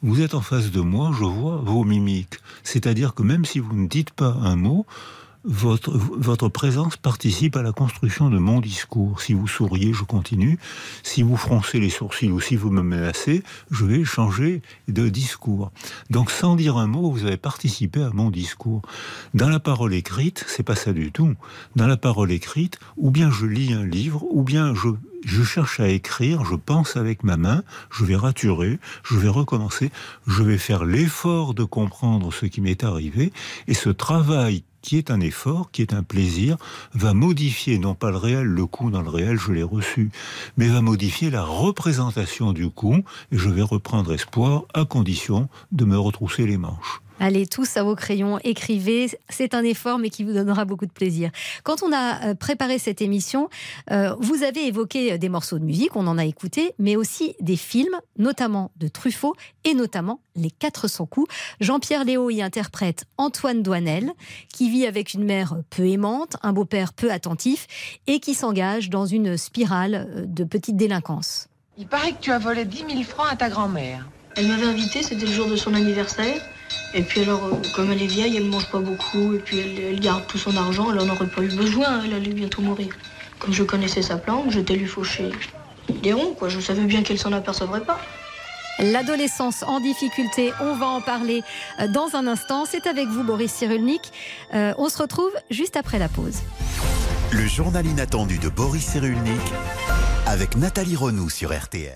vous êtes en face de moi, je vois vos mimiques. C'est-à-dire que même si vous ne dites pas un mot, Votre, votre présence participe à la construction de mon discours. Si vous souriez, je continue. Si vous froncez les sourcils ou si vous me menacez, je vais changer de discours. Donc, sans dire un mot, vous avez participé à mon discours. Dans la parole écrite, c'est pas ça du tout. Dans la parole écrite, ou bien je lis un livre, ou bien je Je cherche à écrire, je pense avec ma main, je vais raturer, je vais recommencer, je vais faire l'effort de comprendre ce qui m'est arrivé, et ce travail qui est un effort, qui est un plaisir, va modifier, non pas le réel, le coup dans le réel, je l'ai reçu, mais va modifier la représentation du coup, et je vais reprendre espoir à condition de me retrousser les manches. Allez, tous à vos crayons, écrivez. C'est un effort, mais qui vous donnera beaucoup de plaisir. Quand on a préparé cette émission, euh, vous avez évoqué des morceaux de musique, on en a écouté, mais aussi des films, notamment de Truffaut, et notamment Les quatre cents coups. Jean-Pierre Léaud y interprète Antoine Doinel, qui vit avec une mère peu aimante, un beau-père peu attentif, et qui s'engage dans une spirale de petite délinquance. Il paraît que tu as volé dix mille francs à ta grand-mère. Elle m'avait invité, c'était le jour de son anniversaire. Et puis alors, euh, comme elle est vieille, elle ne mange pas beaucoup. Et puis elle, elle garde tout son argent, elle n'en aurait pas eu besoin, elle allait bientôt mourir. Comme je connaissais sa planque, j'étais lui faucher des ronds, quoi. Je savais bien qu'elle s'en apercevrait pas. L'adolescence en difficulté, on va en parler dans un instant. C'est avec vous, Boris Cyrulnik. Euh, on se retrouve juste après la pause. Le journal inattendu de Boris Cyrulnik avec Nathalie Renou sur R T L.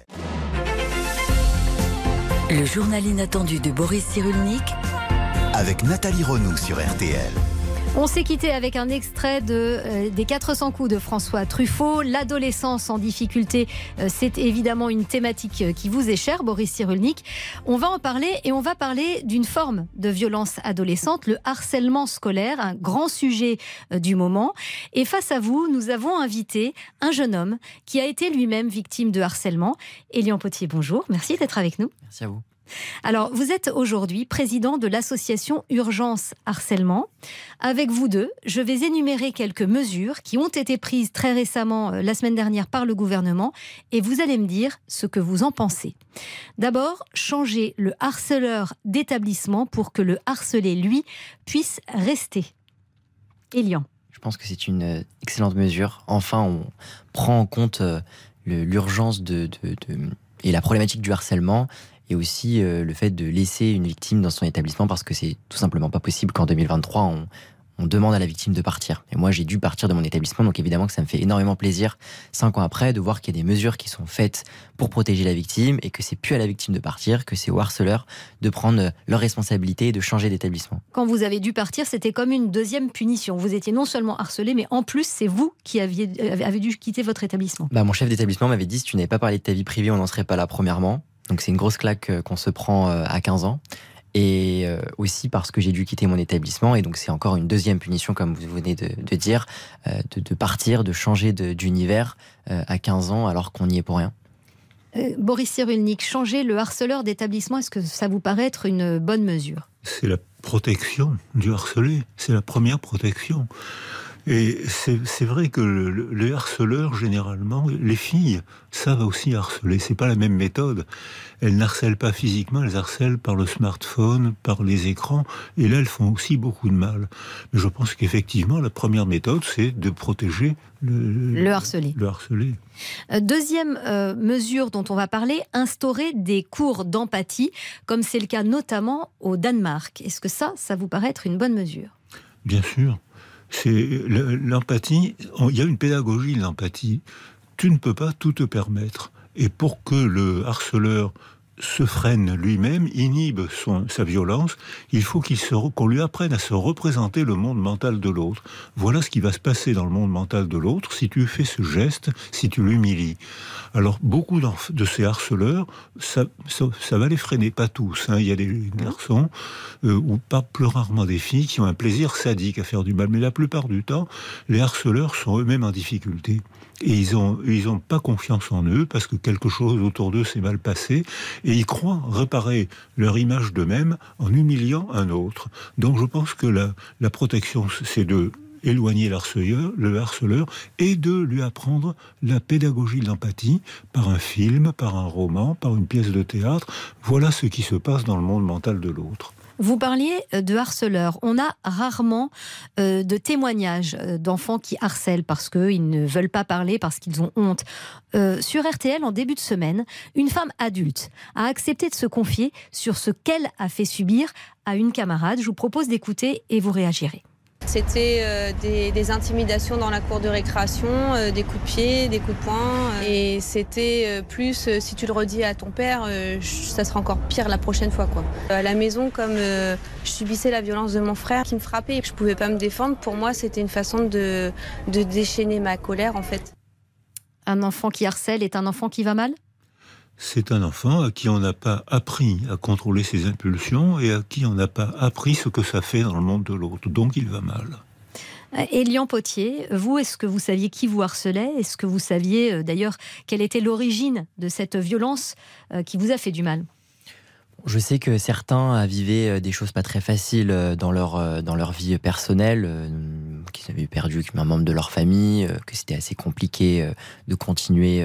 Le journal inattendu de Boris Cyrulnik avec Nathalie Renou sur R T L. On s'est quitté avec un extrait de, euh, des quatre cents coups de François Truffaut. L'adolescence en difficulté, euh, c'est évidemment une thématique qui vous est chère, Boris Cyrulnik. On va en parler et on va parler d'une forme de violence adolescente, le harcèlement scolaire, un grand sujet euh, du moment. Et face à vous, nous avons invité un jeune homme qui a été lui-même victime de harcèlement. Élian Potier, bonjour. Merci d'être avec nous. Merci à vous. Alors, vous êtes aujourd'hui président de l'association Urgence Harcèlement. Avec vous deux, je vais énumérer quelques mesures qui ont été prises très récemment, euh, la semaine dernière, par le gouvernement, et vous allez me dire ce que vous en pensez. D'abord, changer le harceleur d'établissement pour que le harcelé, lui, puisse rester. Élian. Je pense que c'est une excellente mesure. Enfin, on prend en compte euh, le, l'urgence de, de, de, et la problématique du harcèlement, et aussi euh, le fait de laisser une victime dans son établissement, parce que c'est tout simplement pas possible qu'en deux mille vingt-trois, on, on demande à la victime de partir. Et moi, j'ai dû partir de mon établissement, donc évidemment que ça me fait énormément plaisir, cinq ans après, de voir qu'il y a des mesures qui sont faites pour protéger la victime, et que c'est plus à la victime de partir, que c'est aux harceleurs de prendre leurs responsabilités et de changer d'établissement. Quand vous avez dû partir, c'était comme une deuxième punition. Vous étiez non seulement harcelé, mais en plus, c'est vous qui aviez, avez dû quitter votre établissement. Bah, mon chef d'établissement m'avait dit, si tu n'avais pas parlé de ta vie privée, on n'en serait pas là, premièrement. Donc c'est une grosse claque qu'on se prend à quinze ans. Et aussi parce que j'ai dû quitter mon établissement. Et donc c'est encore une deuxième punition, comme vous venez de, de dire, de, de partir, de changer de, d'univers à quinze ans alors qu'on n'y est pour rien. Euh, Boris Cyrulnik, changer le harceleur d'établissement, est-ce que ça vous paraît être une bonne mesure ? C'est la protection du harcelé. C'est la première protection. Et c'est, c'est vrai que le, le, les harceleurs, généralement, les filles savent aussi harceler. C'est pas la même méthode. Elles n'harcèlent pas physiquement, elles harcèlent par le smartphone, par les écrans. Et là, elles font aussi beaucoup de mal. Mais je pense qu'effectivement, la première méthode, c'est de protéger le, le harcelé. Le harcelé. Euh, deuxième euh, mesure dont on va parler, instaurer des cours d'empathie, comme c'est le cas notamment au Danemark. Est-ce que ça, ça vous paraît être une bonne mesure ? Bien sûr. C'est l'empathie, il y a une pédagogie de l'empathie. Tu ne peux pas tout te permettre. Et pour que le harceleur se freine lui-même, inhibe son, sa violence, il faut qu'il se, qu'on lui apprenne à se représenter le monde mental de l'autre. Voilà ce qui va se passer dans le monde mental de l'autre si tu fais ce geste, si tu l'humilies. Alors, beaucoup de ces harceleurs, ça, ça, ça va les freiner, pas tous. Hein. Il y a des garçons, euh, ou pas plus rarement des filles, qui ont un plaisir sadique à faire du mal. Mais la plupart du temps, les harceleurs sont eux-mêmes en difficulté. Et ils ont, ils ont pas confiance en eux, parce que quelque chose autour d'eux s'est mal passé, et ils croient réparer leur image d'eux-mêmes en humiliant un autre. Donc je pense que la, la protection, c'est de éloigner l'harceleur, le harceleur et de lui apprendre la pédagogie de l'empathie par un film, par un roman, par une pièce de théâtre. Voilà ce qui se passe dans le monde mental de l'autre. Vous parliez de harceleurs. On a rarement euh, de témoignages d'enfants qui harcèlent parce qu'ils ne veulent pas parler, parce qu'ils ont honte. Euh, sur R T L, en début de semaine, une femme adulte a accepté de se confier sur ce qu'elle a fait subir à une camarade. Je vous propose d'écouter et vous réagirez. C'était euh, des, des intimidations dans la cour de récréation, euh, des coups de pied, des coups de poing. Euh, et c'était euh, plus, euh, si tu le redis à ton père, euh, ça sera encore pire la prochaine fois, quoi. À la maison, comme euh, je subissais la violence de mon frère qui me frappait et que je ne pouvais pas me défendre, pour moi, c'était une façon de, de déchaîner ma colère, en fait. Un enfant qui harcèle est un enfant qui va mal ? C'est un enfant à qui on n'a pas appris à contrôler ses impulsions et à qui on n'a pas appris ce que ça fait dans le monde de l'autre. Donc il va mal. Élian Potier, vous, est-ce que vous saviez qui vous harcelait ? Est-ce que vous saviez d'ailleurs quelle était l'origine de cette violence qui vous a fait du mal ? Je sais que certains vivaient des choses pas très faciles dans leur, dans leur vie personnelle, qu'ils avaient perdu un membre de leur famille, que c'était assez compliqué de continuer,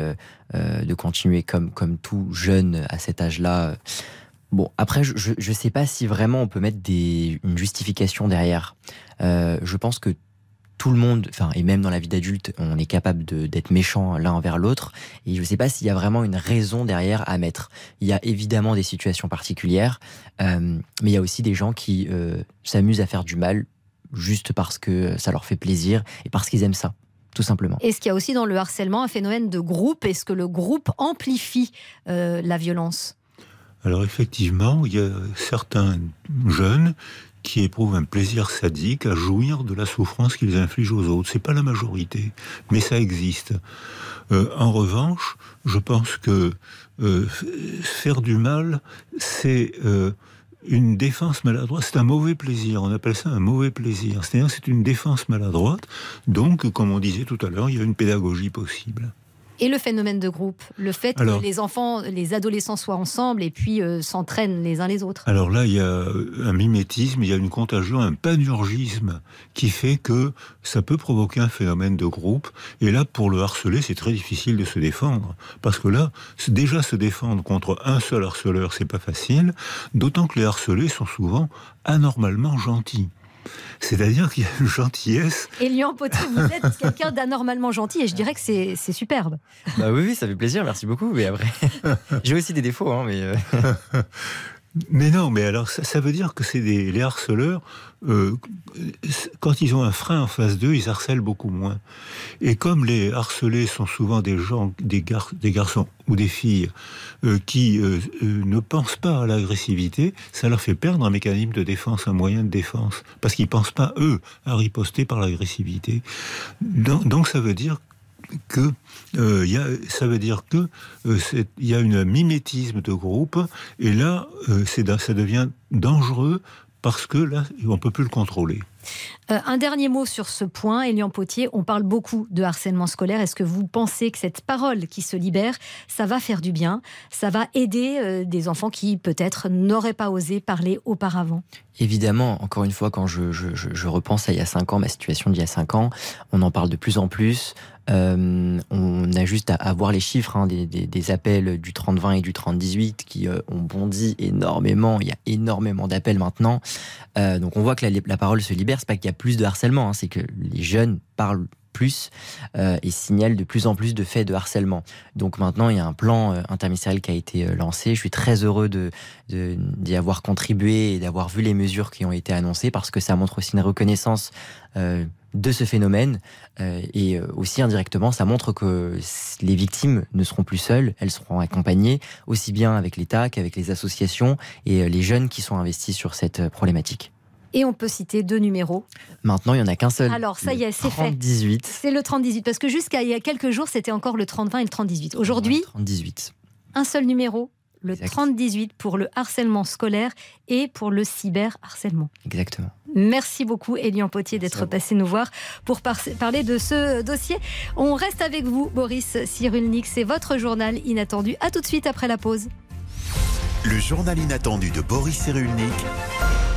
de continuer comme, comme tout jeune à cet âge-là. Bon, après, je ne sais pas si vraiment on peut mettre des, une justification derrière. Euh, je pense que tout le monde, enfin, et même dans la vie d'adulte, on est capable de, d'être méchant l'un envers l'autre. Et je ne sais pas s'il y a vraiment une raison derrière à mettre. Il y a évidemment des situations particulières, euh, mais il y a aussi des gens qui euh, s'amusent à faire du mal juste parce que ça leur fait plaisir et parce qu'ils aiment ça, tout simplement. Est-ce qu'il y a aussi dans le harcèlement un phénomène de groupe ? Est-ce que le groupe amplifie euh, la violence ? Alors effectivement, il y a certains jeunes qui éprouvent un plaisir sadique à jouir de la souffrance qu'ils infligent aux autres. C'est pas la majorité, mais ça existe. Euh, en revanche, je pense que euh, faire du mal, c'est euh, une défense maladroite. C'est un mauvais plaisir. On appelle ça un mauvais plaisir. C'est-à-dire que c'est une défense maladroite. Donc, comme on disait tout à l'heure, il y a une pédagogie possible. Et le phénomène de groupe, le fait alors, que les enfants, les adolescents soient ensemble et puis euh, s'entraînent les uns les autres. Alors là, il y a un mimétisme, il y a une contagion, un panurgisme qui fait que ça peut provoquer un phénomène de groupe. Et là, pour le harceler, c'est très difficile de se défendre. Parce que là, déjà se défendre contre un seul harceleur, c'est pas facile. D'autant que les harcelés sont souvent anormalement gentils. C'est-à-dire qu'il y a une gentillesse. Élian Potier, vous êtes quelqu'un d'anormalement gentil et je dirais que c'est, c'est superbe. Bah oui, oui, ça fait plaisir, merci beaucoup. Mais après, j'ai aussi des défauts. Hein, mais, euh... mais non, mais alors ça, ça veut dire que c'est des, les harceleurs, euh, quand ils ont un frein en face d'eux, ils harcèlent beaucoup moins. Et comme les harcelés sont souvent des gens, des, gar, des garçons ou des filles euh, qui euh, euh, ne pensent pas à l'agressivité, ça leur fait perdre un mécanisme de défense, un moyen de défense, parce qu'ils ne pensent pas, eux, à riposter par l'agressivité. Donc, donc ça veut dire que euh, y a, ça veut dire que euh, c'est, y a un mimétisme de groupe, et là, euh, c'est, ça devient dangereux parce que là, on ne peut plus le contrôler. Euh, un dernier mot sur ce point, Élian Potier, on parle beaucoup de harcèlement scolaire. Est-ce que vous pensez que cette parole qui se libère, ça va faire du bien ? Ça va aider euh, des enfants qui peut-être n'auraient pas osé parler auparavant ? Évidemment, encore une fois, quand je, je, je, je repense à il y a cinq ans, ma situation d'il y a cinq ans, on en parle de plus en plus. Euh, on a juste à, à voir les chiffres hein, des, des, des appels du trente vingt et du trente dix-huit qui euh, ont bondi énormément. Il y a énormément d'appels maintenant. Euh, donc on voit que la, la parole se libère. C'est pas qu'il y a plus de harcèlement, hein, c'est que les jeunes parlent plus euh, et signalent de plus en plus de faits de harcèlement. Donc maintenant, il y a un plan euh, interministériel qui a été euh, lancé. Je suis très heureux de, de, d'y avoir contribué et d'avoir vu les mesures qui ont été annoncées parce que ça montre aussi une reconnaissance euh, de ce phénomène euh, et aussi indirectement, ça montre que les victimes ne seront plus seules, elles seront accompagnées aussi bien avec l'État qu'avec les associations et les jeunes qui sont investis sur cette problématique. Et on peut citer deux numéros. Maintenant, il n'y en a qu'un seul. Alors, ça y est, c'est fait. trente dix-huit. C'est le trente dix-huit, parce que jusqu'à il y a quelques jours, c'était encore le trente vingt et le trente dix-huit. Aujourd'hui, trente dix-huit. Un seul numéro, le exact. trente dix-huit pour le harcèlement scolaire et pour le cyberharcèlement. Exactement. Merci beaucoup, Élian Potier, d'être passé nous voir pour par- parler de ce dossier. On reste avec vous, Boris Cyrulnik. C'est votre journal inattendu. À tout de suite après la pause. Le journal inattendu de Boris Cyrulnik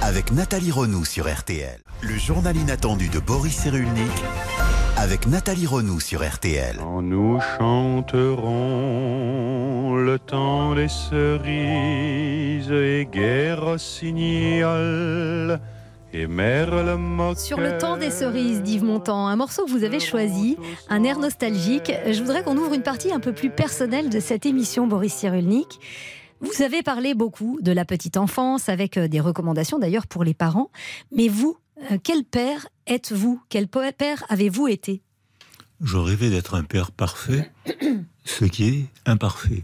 avec Nathalie Renou sur R T L. Le journal inattendu de Boris Cyrulnik avec Nathalie Renou sur R T L. Quand nous chanterons le temps des cerises et guerre rossignol et merle moqueur. Sur le temps des cerises d'Yves Montand, un morceau que vous avez choisi, un air nostalgique. Je voudrais qu'on ouvre une partie un peu plus personnelle de cette émission, Boris Cyrulnik. Vous avez parlé beaucoup de la petite enfance, avec des recommandations d'ailleurs pour les parents. Mais vous, quel père êtes-vous? Quel père avez-vous été? Je rêvais d'être un père parfait, ce qui est imparfait.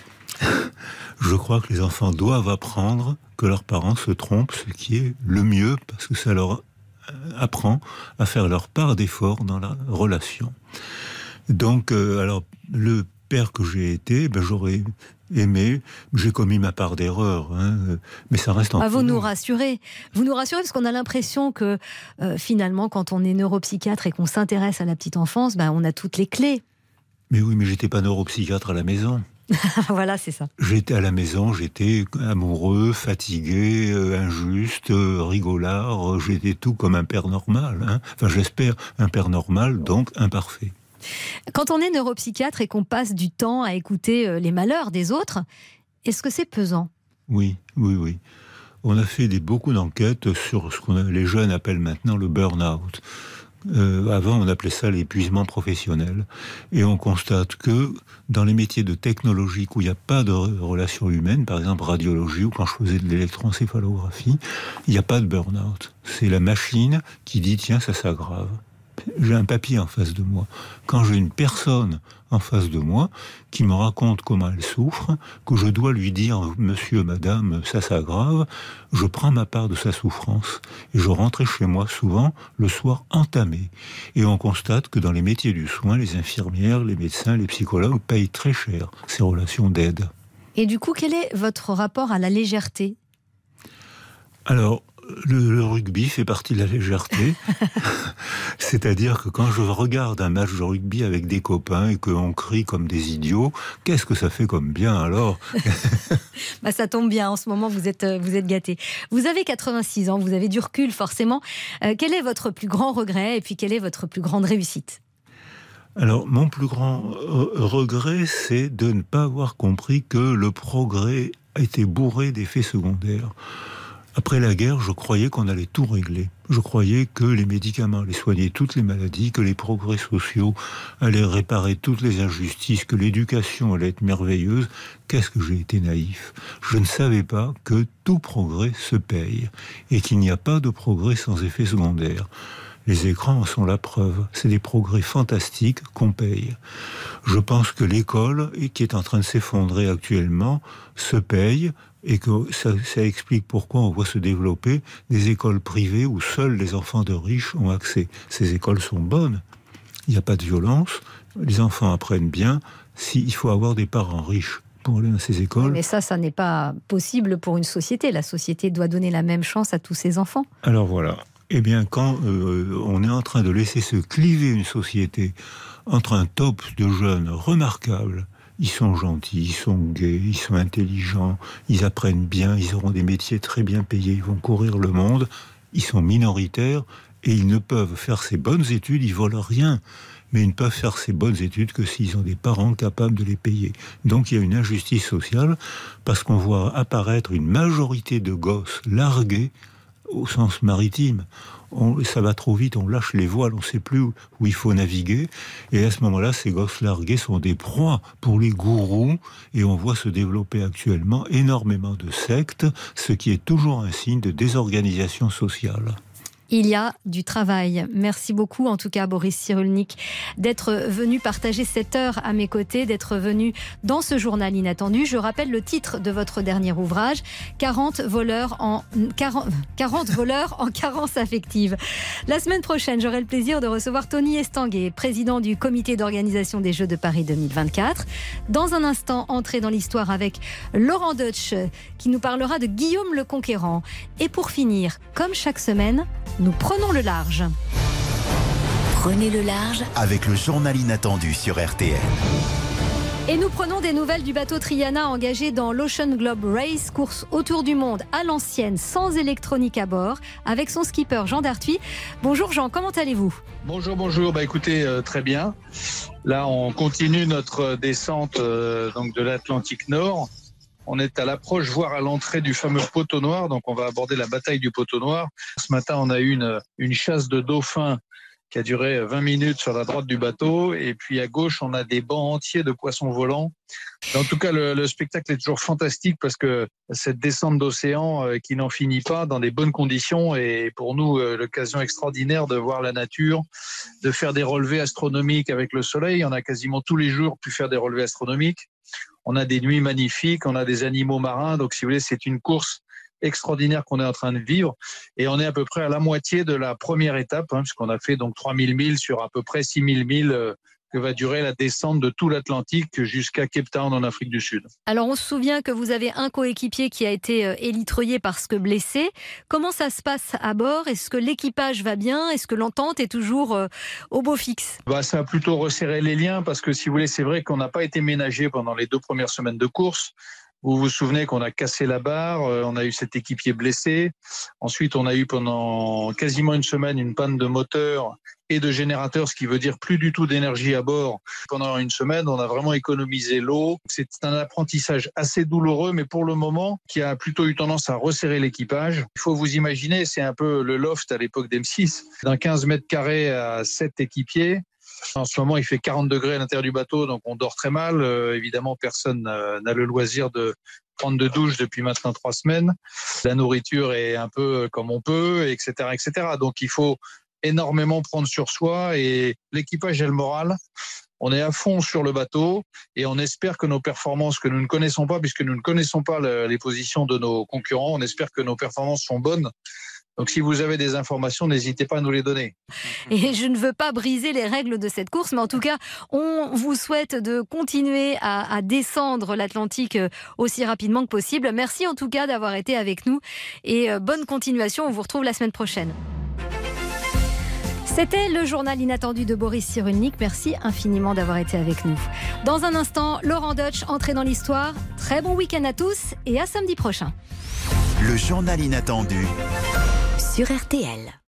Je crois que les enfants doivent apprendre que leurs parents se trompent, ce qui est le mieux, parce que ça leur apprend à faire leur part d'effort dans la relation. Donc, euh, alors, le père que j'ai été, ben, j'aurais aimé, j'ai commis ma part d'erreur, hein, mais ça reste en ah, vous nous rassurez, vous nous rassurez parce qu'on a l'impression que euh, finalement, quand on est neuropsychiatre et qu'on s'intéresse à la petite enfance, ben, on a toutes les clés. Mais oui, mais j'étais pas neuropsychiatre à la maison. Voilà, c'est ça. J'étais à la maison, j'étais amoureux, fatigué, euh, injuste, euh, rigolard, euh, j'étais tout comme un père normal. Hein. Enfin, j'espère un père normal, donc imparfait. Quand on est neuropsychiatre et qu'on passe du temps à écouter les malheurs des autres, est-ce que c'est pesant? Oui, oui, oui. On a fait des, beaucoup d'enquêtes sur ce que les jeunes appellent maintenant le burn-out. Euh, avant, on appelait ça l'épuisement professionnel. Et on constate que dans les métiers de technologie où il n'y a pas de relation humaine, par exemple radiologie ou quand je faisais de l'électroencéphalographie, il n'y a pas de burn-out. C'est la machine qui dit « tiens, ça s'aggrave ». J'ai un papier en face de moi. Quand j'ai une personne en face de moi qui me raconte comment elle souffre, que je dois lui dire « monsieur, madame, ça s'aggrave », je prends ma part de sa souffrance et je rentrais chez moi souvent le soir entamé. Et on constate que dans les métiers du soin, les infirmières, les médecins, les psychologues payent très cher ces relations d'aide. Et du coup, quel est votre rapport à la légèreté ? Alors, Le, le rugby fait partie de la légèreté. C'est-à-dire que quand je regarde un match de rugby avec des copains et qu'on crie comme des idiots, qu'est-ce que ça fait comme bien alors? Bah, ça tombe bien, en ce moment vous êtes, vous êtes gâtés. Vous avez quatre-vingt-six ans, vous avez du recul forcément. Euh, quel est votre plus grand regret et puis quelle est votre plus grande réussite? Alors, mon plus grand regret, c'est de ne pas avoir compris que le progrès était bourré d'effets secondaires. Après la guerre, je croyais qu'on allait tout régler. Je croyais que les médicaments allaient soigner toutes les maladies, que les progrès sociaux allaient réparer toutes les injustices, que l'éducation allait être merveilleuse. Qu'est-ce que j'ai été naïf. Je ne savais pas que tout progrès se paye et qu'il n'y a pas de progrès sans effet secondaire. Les écrans en sont la preuve. C'est des progrès fantastiques qu'on paye. Je pense que l'école, qui est en train de s'effondrer actuellement, se paye et que ça, ça explique pourquoi on voit se développer des écoles privées où seuls les enfants de riches ont accès. Ces écoles sont bonnes. Il n'y a pas de violence. Les enfants apprennent bien. Si, il faut avoir des parents riches pour aller dans ces écoles. Mais ça, ça n'est pas possible pour une société. La société doit donner la même chance à tous ses enfants. Alors voilà. Eh bien, quand euh, on est en train de laisser se cliver une société entre un top de jeunes remarquables, ils sont gentils, ils sont gais, ils sont intelligents, ils apprennent bien, ils auront des métiers très bien payés, ils vont courir le monde, ils sont minoritaires et ils ne peuvent faire ces bonnes études, ils volent rien, mais ils ne peuvent faire ces bonnes études que s'ils ont des parents capables de les payer. Donc il y a une injustice sociale parce qu'on voit apparaître une majorité de gosses largués au sens maritime. On, ça va trop vite, on lâche les voiles, on ne sait plus où, où il faut naviguer. Et à ce moment-là, ces gosses largués sont des proies pour les gourous. Et on voit se développer actuellement énormément de sectes, ce qui est toujours un signe de désorganisation sociale. Il y a du travail. Merci beaucoup, en tout cas, Boris Cyrulnik, d'être venu partager cette heure à mes côtés, d'être venu dans ce journal inattendu. Je rappelle le titre de votre dernier ouvrage, quarante voleurs en, quarante, quarante voleurs en carence affective. La semaine prochaine, j'aurai le plaisir de recevoir Tony Estanguet, président du comité d'organisation des Jeux de Paris deux mille vingt-quatre. Dans un instant, entrée dans l'histoire avec Laurent Deutsch, qui nous parlera de Guillaume le Conquérant. Et pour finir, comme chaque semaine, nous prenons le large. Prenez le large avec le journal inattendu sur R T L. Et nous prenons des nouvelles du bateau Triana engagé dans l'Ocean Globe Race, course autour du monde à l'ancienne, sans électronique à bord, avec son skipper Jean Dartuy. Bonjour Jean, comment allez-vous ? Bonjour, bonjour. Bah écoutez, euh, très bien. Là, on continue notre descente euh, donc de l'Atlantique Nord. On est à l'approche, voire à l'entrée du fameux Poteau Noir. Donc, on va aborder la bataille du Poteau Noir. Ce matin, on a eu une, une chasse de dauphins qui a duré vingt minutes sur la droite du bateau. Et puis, à gauche, on a des bancs entiers de poissons volants. En tout cas, le, le spectacle est toujours fantastique parce que cette descente d'océan euh, qui n'en finit pas dans des bonnes conditions est pour nous euh, l'occasion extraordinaire de voir la nature, de faire des relevés astronomiques avec le soleil. On a quasiment tous les jours pu faire des relevés astronomiques. On a des nuits magnifiques, on a des animaux marins. Donc, si vous voulez, c'est une course extraordinaire qu'on est en train de vivre. Et on est à peu près à la moitié de la première étape, hein, puisqu'on a fait donc trois mille milles sur à peu près six mille milles euh, que va durer la descente de tout l'Atlantique jusqu'à Cape Town en Afrique du Sud. Alors, on se souvient que vous avez un coéquipier qui a été euh, élitreillé parce que blessé. Comment ça se passe à bord ? Est-ce que l'équipage va bien ? Est-ce que l'entente est toujours euh, au beau fixe ? Bah, ça a plutôt resserré les liens parce que, si vous voulez, c'est vrai qu'on n'a pas été ménagé pendant les deux premières semaines de course. Vous vous souvenez qu'on a cassé la barre, on a eu cet équipier blessé. Ensuite, on a eu pendant quasiment une semaine une panne de moteur et de générateur, ce qui veut dire plus du tout d'énergie à bord. Pendant une semaine, on a vraiment économisé l'eau. C'est un apprentissage assez douloureux, mais pour le moment, qui a plutôt eu tendance à resserrer l'équipage. Il faut vous imaginer, c'est un peu le loft à l'époque d'M six, d'un quinze mètres carrés à sept équipiers. En ce moment, il fait quarante degrés à l'intérieur du bateau, donc on dort très mal. Euh, évidemment, personne euh, n'a le loisir de prendre de douche depuis maintenant trois semaines. La nourriture est un peu comme on peut, et cetera, et cetera. Donc, il faut énormément prendre sur soi et l'équipage a le moral. On est à fond sur le bateau et on espère que nos performances, que nous ne connaissons pas, puisque nous ne connaissons pas le, les positions de nos concurrents, on espère que nos performances sont bonnes. Donc, si vous avez des informations, n'hésitez pas à nous les donner. Et je ne veux pas briser les règles de cette course, mais en tout cas, on vous souhaite de continuer à, à descendre l'Atlantique aussi rapidement que possible. Merci en tout cas d'avoir été avec nous et bonne continuation. On vous retrouve la semaine prochaine. C'était le journal inattendu de Boris Cyrulnik. Merci infiniment d'avoir été avec nous. Dans un instant, Laurent Deutsch, entrée dans l'histoire. Très bon week-end à tous et à samedi prochain. Le journal inattendu sur R T L.